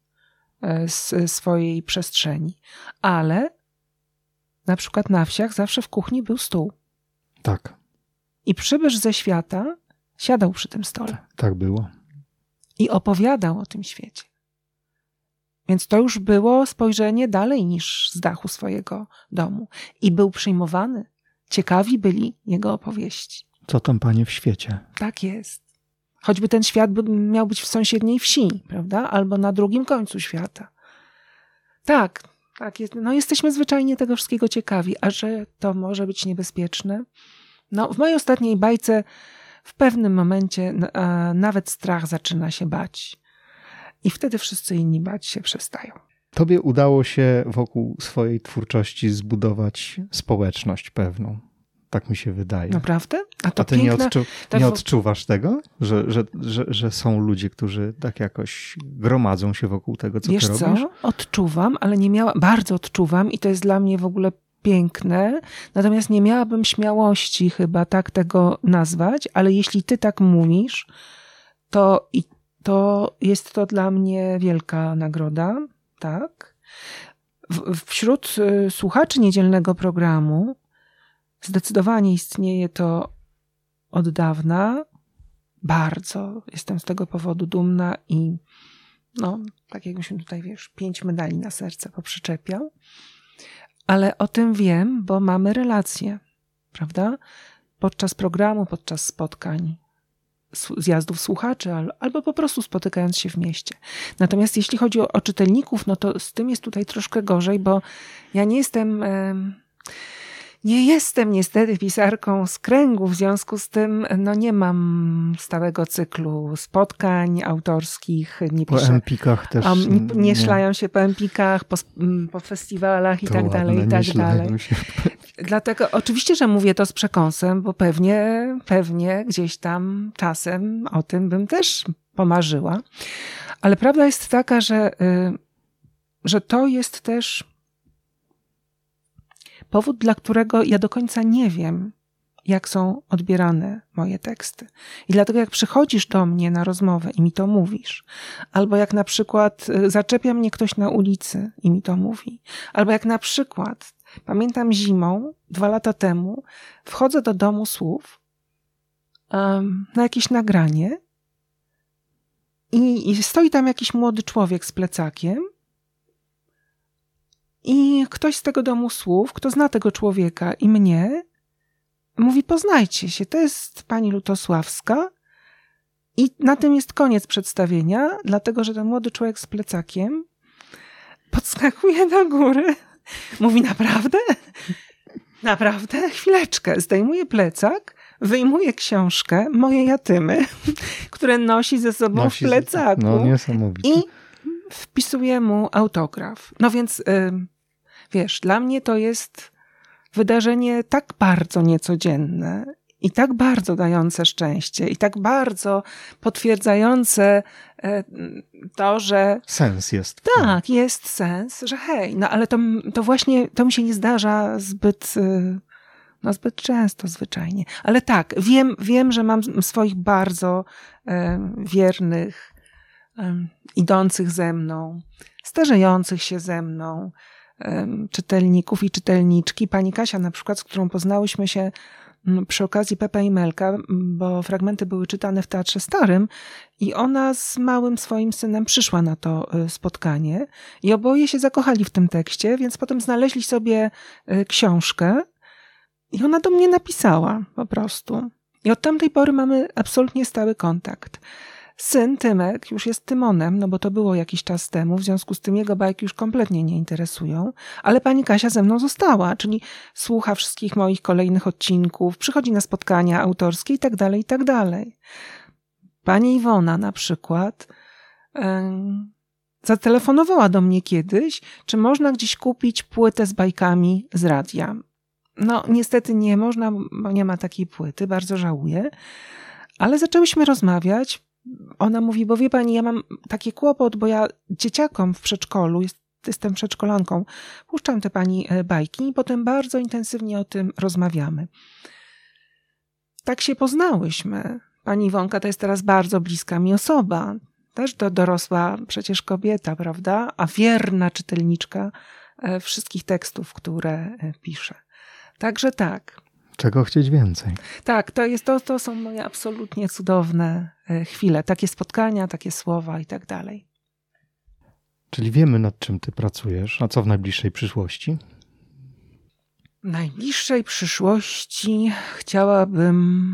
z swojej przestrzeni. Ale na przykład na wsiach zawsze w kuchni był stół. Tak. I przybysz ze świata siadał przy tym stole. Tak było. I opowiadał o tym świecie. Więc to już było spojrzenie dalej niż z dachu swojego domu. I był przyjmowany. Ciekawi byli jego opowieści. Co tam, panie, w świecie? Tak jest. Choćby ten świat miał być w sąsiedniej wsi, prawda? Albo na drugim końcu świata. Tak jest. No jesteśmy zwyczajnie tego wszystkiego ciekawi. A że to może być niebezpieczne? No w mojej ostatniej bajce w pewnym momencie nawet strach zaczyna się bać. I wtedy wszyscy inni bać się przestają. Tobie udało się wokół swojej twórczości zbudować społeczność pewną. Tak mi się wydaje. Naprawdę? A ty nie odczuwasz tego? Że są ludzie, którzy tak jakoś gromadzą się wokół tego, co ty robisz? Wiesz co? Odczuwam, ale bardzo odczuwam i to jest dla mnie w ogóle piękne. Natomiast nie miałabym śmiałości chyba tak tego nazwać, ale jeśli ty tak mówisz, to jest to dla mnie wielka nagroda, tak? Wśród słuchaczy niedzielnego programu zdecydowanie istnieje to od dawna. Bardzo jestem z tego powodu dumna i tak jakbyśmy tutaj, 5 medali na serce poprzyczepiał. Ale o tym wiem, bo mamy relacje, prawda? Podczas programu, podczas spotkań, zjazdów słuchaczy, albo po prostu spotykając się w mieście. Natomiast jeśli chodzi o czytelników, no to z tym jest tutaj troszkę gorzej, bo ja nie jestem niestety pisarką z kręgu, w związku z tym nie mam stałego cyklu spotkań autorskich. Nie piszę, po Empikach też. Nie szlają się po Empikach, po festiwalach i tak dalej, i tak dalej. Dlatego oczywiście, że mówię to z przekąsem, bo pewnie gdzieś tam czasem o tym bym też pomarzyła. Ale prawda jest taka, że to jest też powód, dla którego ja do końca nie wiem, jak są odbierane moje teksty. I dlatego jak przychodzisz do mnie na rozmowę i mi to mówisz, albo jak na przykład zaczepia mnie ktoś na ulicy i mi to mówi, albo jak na przykład, pamiętam zimą, 2 lata temu, wchodzę do Domu Słów na jakieś nagranie i stoi tam jakiś młody człowiek z plecakiem i ktoś z tego Domu Słów, kto zna tego człowieka i mnie, mówi: poznajcie się, to jest pani Lutosławska. I na tym jest koniec przedstawienia, dlatego że ten młody człowiek z plecakiem podskakuje do góry. Mówi: naprawdę? Naprawdę? Chwileczkę. Zdejmuje plecak, wyjmuje książkę, moje jatymy, które nosi ze sobą w plecaku. No niesamowite. I wpisuje mu autograf. No więc, wiesz, dla mnie to jest wydarzenie tak bardzo niecodzienne i tak bardzo dające szczęście i tak bardzo potwierdzające to, że... Sens jest. Tak, jest sens, że hej, no ale to właśnie, to mi się nie zdarza zbyt często zwyczajnie. Ale tak, wiem, że mam swoich bardzo wiernych, idących ze mną, starzejących się ze mną, czytelników i czytelniczki. Pani Kasia na przykład, z którą poznałyśmy się przy okazji Pepe i Melka, bo fragmenty były czytane w Teatrze Starym i ona z małym swoim synem przyszła na to spotkanie i oboje się zakochali w tym tekście, więc potem znaleźli sobie książkę i ona do mnie napisała po prostu. I od tamtej pory mamy absolutnie stały kontakt. Syn Tymek już jest Tymonem, no bo to było jakiś czas temu, w związku z tym jego bajki już kompletnie nie interesują, ale pani Kasia ze mną została, czyli słucha wszystkich moich kolejnych odcinków, przychodzi na spotkania autorskie i tak dalej, i tak dalej. Pani Iwona na przykład zatelefonowała do mnie kiedyś, czy można gdzieś kupić płytę z bajkami z radia. No niestety nie można, bo nie ma takiej płyty, bardzo żałuję, ale zaczęłyśmy rozmawiać. Ona mówi, bo wie pani, ja mam taki kłopot, bo ja dzieciakom w przedszkolu, jestem przedszkolanką, puszczam te pani bajki i potem bardzo intensywnie o tym rozmawiamy. Tak się poznałyśmy. Pani Iwonka to jest teraz bardzo bliska mi osoba. Też dorosła przecież kobieta, prawda? A wierna czytelniczka wszystkich tekstów, które pisze. Także tak. Czego chcieć więcej? Tak, to są moje absolutnie cudowne chwile. Takie spotkania, takie słowa i tak dalej. Czyli wiemy, nad czym ty pracujesz, a co w najbliższej przyszłości? W najbliższej przyszłości chciałabym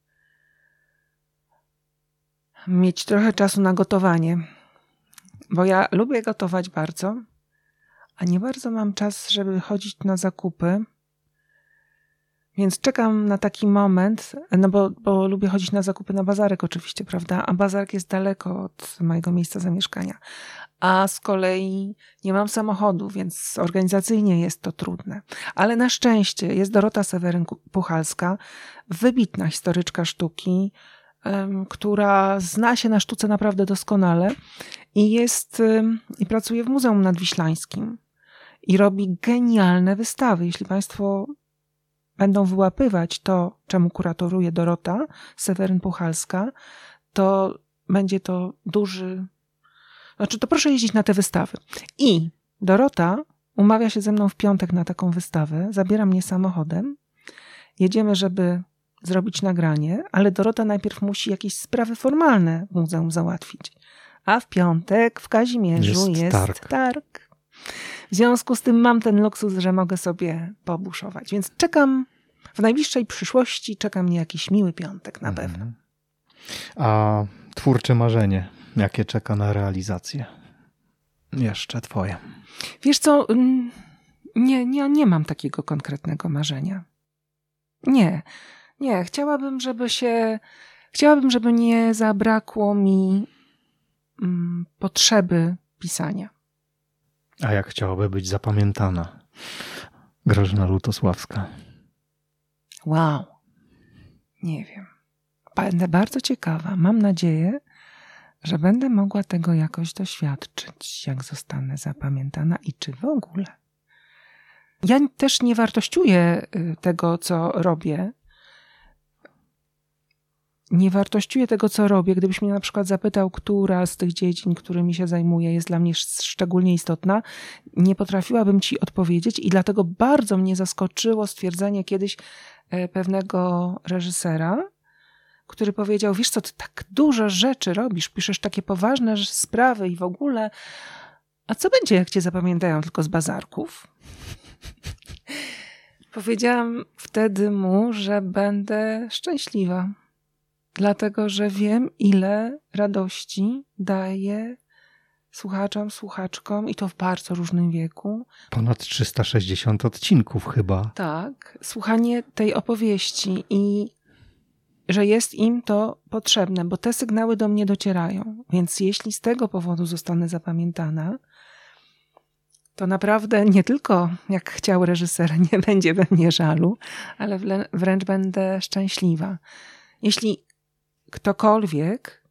mieć trochę czasu na gotowanie, bo ja lubię gotować bardzo, a nie bardzo mam czas, żeby chodzić na zakupy. Więc czekam na taki moment, no bo lubię chodzić na zakupy na bazarek oczywiście, prawda? A bazarek jest daleko od mojego miejsca zamieszkania. A z kolei nie mam samochodu, więc organizacyjnie jest to trudne. Ale na szczęście jest Dorota Seweryn-Puchalska, wybitna historyczka sztuki, która zna się na sztuce naprawdę doskonale i pracuje w Muzeum Nadwiślańskim i robi genialne wystawy. Jeśli Państwo będą wyłapywać to, czemu kuratoruje Dorota Seweryn-Puchalska, to będzie to to proszę jeździć na te wystawy. I Dorota umawia się ze mną w piątek na taką wystawę, zabiera mnie samochodem, jedziemy, żeby zrobić nagranie, ale Dorota najpierw musi jakieś sprawy formalne w muzeum załatwić. A w piątek w Kazimierzu jest targ. W związku z tym mam ten luksus, że mogę sobie pobuszować. Więc w najbliższej przyszłości czeka mnie jakiś miły piątek na pewno. A twórcze marzenie, jakie czeka na realizację? Jeszcze twoje. Wiesz co, nie mam takiego konkretnego marzenia. Nie. Chciałabym, żeby nie zabrakło mi potrzeby pisania. A jak chciałaby być zapamiętana Grażyna Lutosławska? Wow. Nie wiem. Będę bardzo ciekawa. Mam nadzieję, że będę mogła tego jakoś doświadczyć, jak zostanę zapamiętana i czy w ogóle. Ja też nie wartościuję tego, co robię. Nie wartościuję tego, co robię. Gdybyś mnie na przykład zapytał, która z tych dziedzin, którymi się zajmuję, jest dla mnie szczególnie istotna, nie potrafiłabym ci odpowiedzieć i dlatego bardzo mnie zaskoczyło stwierdzenie kiedyś pewnego reżysera, który powiedział, wiesz co, ty tak dużo rzeczy robisz, piszesz takie poważne sprawy i w ogóle, a co będzie, jak cię zapamiętają tylko z bazarków? Powiedziałam wtedy mu, że będę szczęśliwa. Dlatego, że wiem, ile radości daje słuchaczom, słuchaczkom i to w bardzo różnym wieku. Ponad 360 odcinków chyba. Tak, słuchanie tej opowieści i że jest im to potrzebne, bo te sygnały do mnie docierają. Więc jeśli z tego powodu zostanę zapamiętana, to naprawdę nie tylko, jak chciał reżyser, nie będzie we mnie żalu, ale wręcz będę szczęśliwa. Jeśli ktokolwiek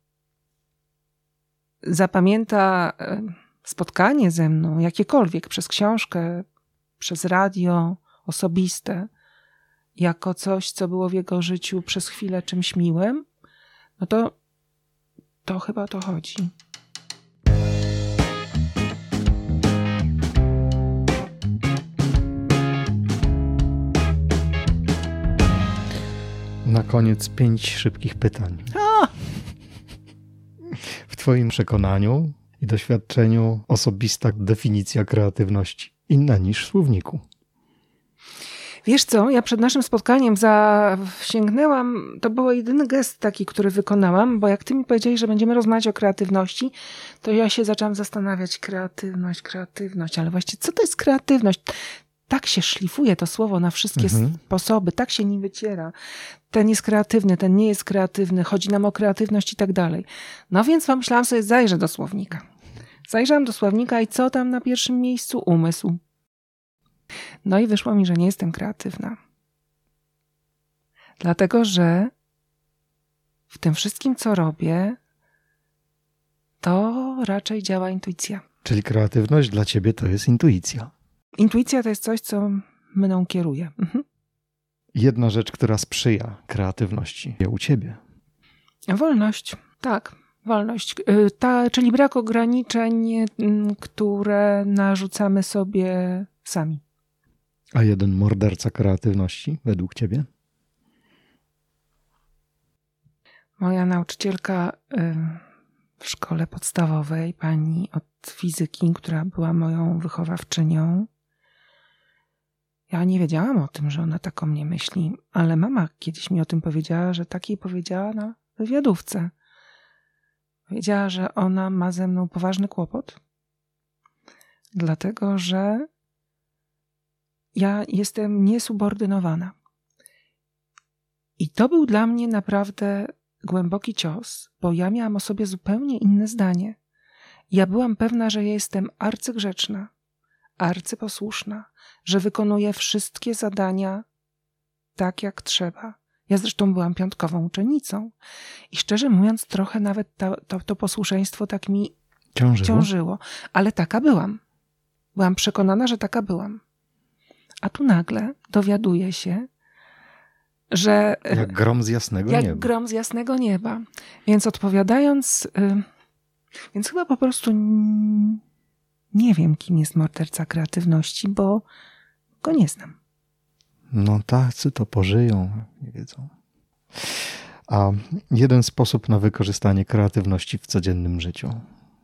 zapamięta spotkanie ze mną, jakiekolwiek, przez książkę, przez radio, osobiste, jako coś, co było w jego życiu przez chwilę czymś miłym, no to chyba o to chodzi. Na koniec 5 szybkich pytań. W twoim przekonaniu i doświadczeniu osobista definicja kreatywności inna niż w słowniku. Wiesz co, ja przed naszym spotkaniem sięgnęłam, to był jedyny gest taki, który wykonałam, bo jak ty mi powiedziałeś, że będziemy rozmawiać o kreatywności, to ja się zaczęłam zastanawiać, kreatywność, ale właściwie co to jest kreatywność? Tak się szlifuje to słowo na wszystkie sposoby, tak się nim wyciera. Ten jest kreatywny, ten nie jest kreatywny, chodzi nam o kreatywność i tak dalej. No więc pomyślałam sobie, zajrzę do słownika. Zajrzałam do słownika i co tam na pierwszym miejscu? Umysł. No i wyszło mi, że nie jestem kreatywna. Dlatego, że w tym wszystkim, co robię, to raczej działa intuicja. Czyli kreatywność dla ciebie to jest intuicja. Intuicja to jest coś, co mną kieruje. Jedna rzecz, która sprzyja kreatywności u ciebie. Wolność. Tak, wolność. Czyli brak ograniczeń, które narzucamy sobie sami. A jeden morderca kreatywności według ciebie? Moja nauczycielka w szkole podstawowej, pani od fizyki, która była moją wychowawczynią. Ja nie wiedziałam o tym, że ona tak o mnie myśli, ale mama kiedyś mi o tym powiedziała, że tak jej powiedziała na wywiadówce. Wiedziała, że ona ma ze mną poważny kłopot, dlatego że ja jestem niesubordynowana. I to był dla mnie naprawdę głęboki cios, bo ja miałam o sobie zupełnie inne zdanie. Ja byłam pewna, że ja jestem arcygrzeczna, arcyposłuszna, że wykonuję wszystkie zadania tak, jak trzeba. Ja zresztą byłam piątkową uczennicą i szczerze mówiąc trochę nawet to posłuszeństwo tak mi ciążyło. Ale taka byłam. Byłam przekonana, że taka byłam. A tu nagle dowiaduję się, że... Jak grom z jasnego nieba. Jak grom z jasnego nieba. Więc odpowiadając... Więc chyba po prostu nie wiem, kim jest morderca kreatywności, bo go nie znam. No tacy to pożyją, nie wiedzą. A jeden sposób na wykorzystanie kreatywności w codziennym życiu?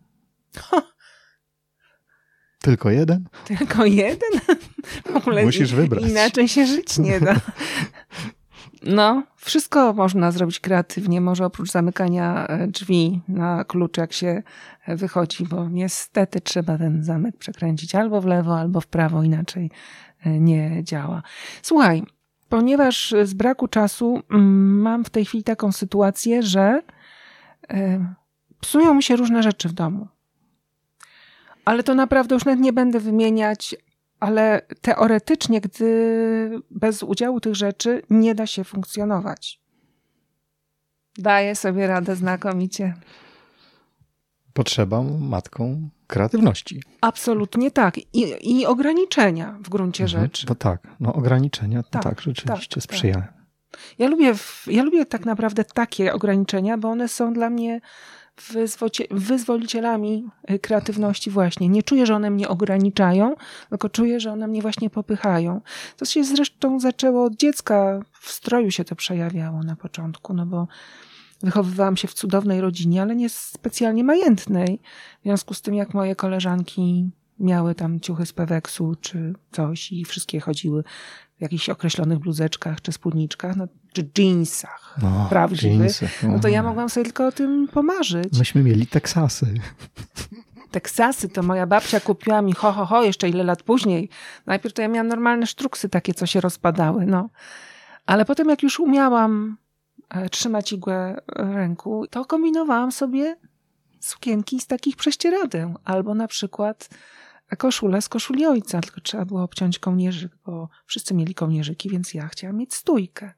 Tylko jeden? Tylko jeden? W ogóle musisz wybrać. Inaczej się żyć nie da. No, wszystko można zrobić kreatywnie, może oprócz zamykania drzwi na klucz, jak się wychodzi, bo niestety trzeba ten zamek przekręcić albo w lewo, albo w prawo, inaczej nie działa. Słuchaj, ponieważ z braku czasu mam w tej chwili taką sytuację, że psują mi się różne rzeczy w domu. Ale to naprawdę już nawet nie będę wymieniać, ale teoretycznie, gdy bez udziału tych rzeczy nie da się funkcjonować. Daję sobie radę znakomicie. Potrzeba matką kreatywności. Absolutnie tak. I ograniczenia w gruncie rzeczy. To tak. No ograniczenia to tak rzeczywiście sprzyjają. Ja lubię tak naprawdę takie ograniczenia, bo one są dla mnie wyzwolicielami kreatywności właśnie. Nie czuję, że one mnie ograniczają, tylko czuję, że one mnie właśnie popychają. To się zresztą zaczęło od dziecka. W stroju się to przejawiało na początku, no bo wychowywałam się w cudownej rodzinie, ale nie specjalnie majętnej. W związku z tym, jak moje koleżanki miały tam ciuchy z Peweksu czy coś i wszystkie chodziły w jakichś określonych bluzeczkach czy spódniczkach, czy dżinsach prawdziwych, no to ja mogłam sobie tylko o tym pomarzyć. Myśmy mieli Teksasy. Teksasy to moja babcia kupiła mi jeszcze ile lat później. Najpierw to ja miałam normalne sztruksy takie, co się rozpadały, no. Ale potem jak już umiałam trzymać igłę w ręku, to kombinowałam sobie sukienki z takich prześcieradeł. Albo na przykład A koszula z koszuli ojca, tylko trzeba było obciąć kołnierzyk, bo wszyscy mieli kołnierzyki, więc ja chciałam mieć stójkę.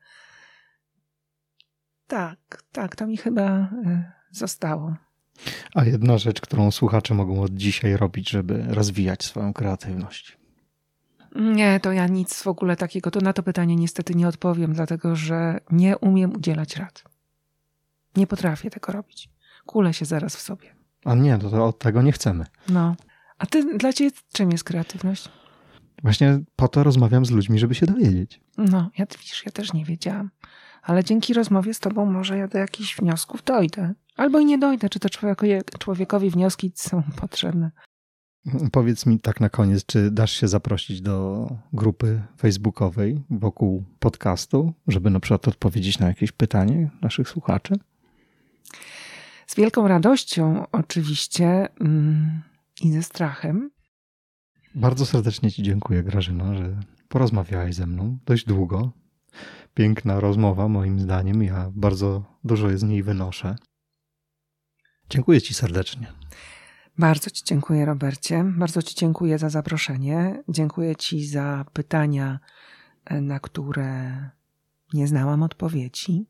Tak, to mi chyba zostało. A jedna rzecz, którą słuchacze mogą od dzisiaj robić, żeby rozwijać swoją kreatywność? Nie, to ja nic w ogóle takiego, to na to pytanie niestety nie odpowiem, dlatego że nie umiem udzielać rad. Nie potrafię tego robić. Kulę się zaraz w sobie. A nie, to od tego nie chcemy. No. A dla ciebie czym jest kreatywność? Właśnie po to rozmawiam z ludźmi, żeby się dowiedzieć. No, ja też nie wiedziałam. Ale dzięki rozmowie z tobą może ja do jakichś wniosków dojdę. Albo i nie dojdę, czy to człowiekowi wnioski są potrzebne. Powiedz mi tak na koniec, czy dasz się zaprosić do grupy facebookowej wokół podcastu, żeby na przykład odpowiedzieć na jakieś pytanie naszych słuchaczy? Z wielką radością oczywiście i ze strachem. Bardzo serdecznie ci dziękuję, Grażyno, że porozmawiałaś ze mną dość długo. Piękna rozmowa moim zdaniem. Ja bardzo dużo z niej wynoszę. Dziękuję ci serdecznie. Bardzo ci dziękuję, Robercie. Bardzo ci dziękuję za zaproszenie. Dziękuję ci za pytania, na które nie znałam odpowiedzi,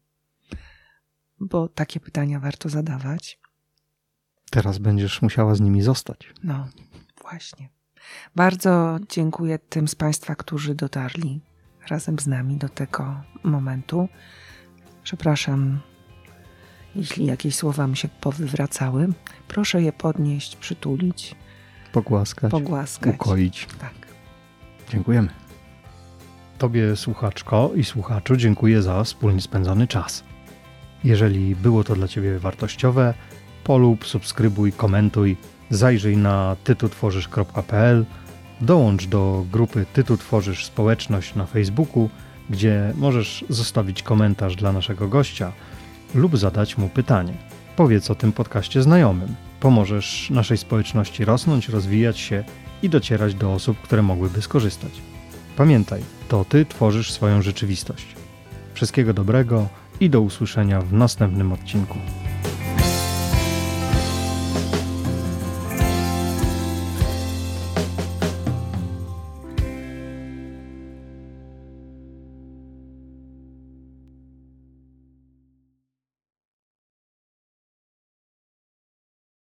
bo takie pytania warto zadawać. Teraz będziesz musiała z nimi zostać. No, właśnie. Bardzo dziękuję tym z Państwa, którzy dotarli razem z nami do tego momentu. Przepraszam, jeśli jakieś słowa mi się powywracały. Proszę je podnieść, przytulić. Pogłaskać. Ukoić. Tak. Dziękujemy. Tobie, słuchaczko i słuchaczu, dziękuję za wspólnie spędzony czas. Jeżeli było to dla Ciebie wartościowe, polub, subskrybuj, komentuj, zajrzyj na tytutworzysz.pl, dołącz do grupy Ty tu tworzysz społeczność na Facebooku, gdzie możesz zostawić komentarz dla naszego gościa lub zadać mu pytanie. Powiedz o tym podcaście znajomym. Pomożesz naszej społeczności rosnąć, rozwijać się i docierać do osób, które mogłyby skorzystać. Pamiętaj, to Ty tworzysz swoją rzeczywistość. Wszystkiego dobrego i do usłyszenia w następnym odcinku.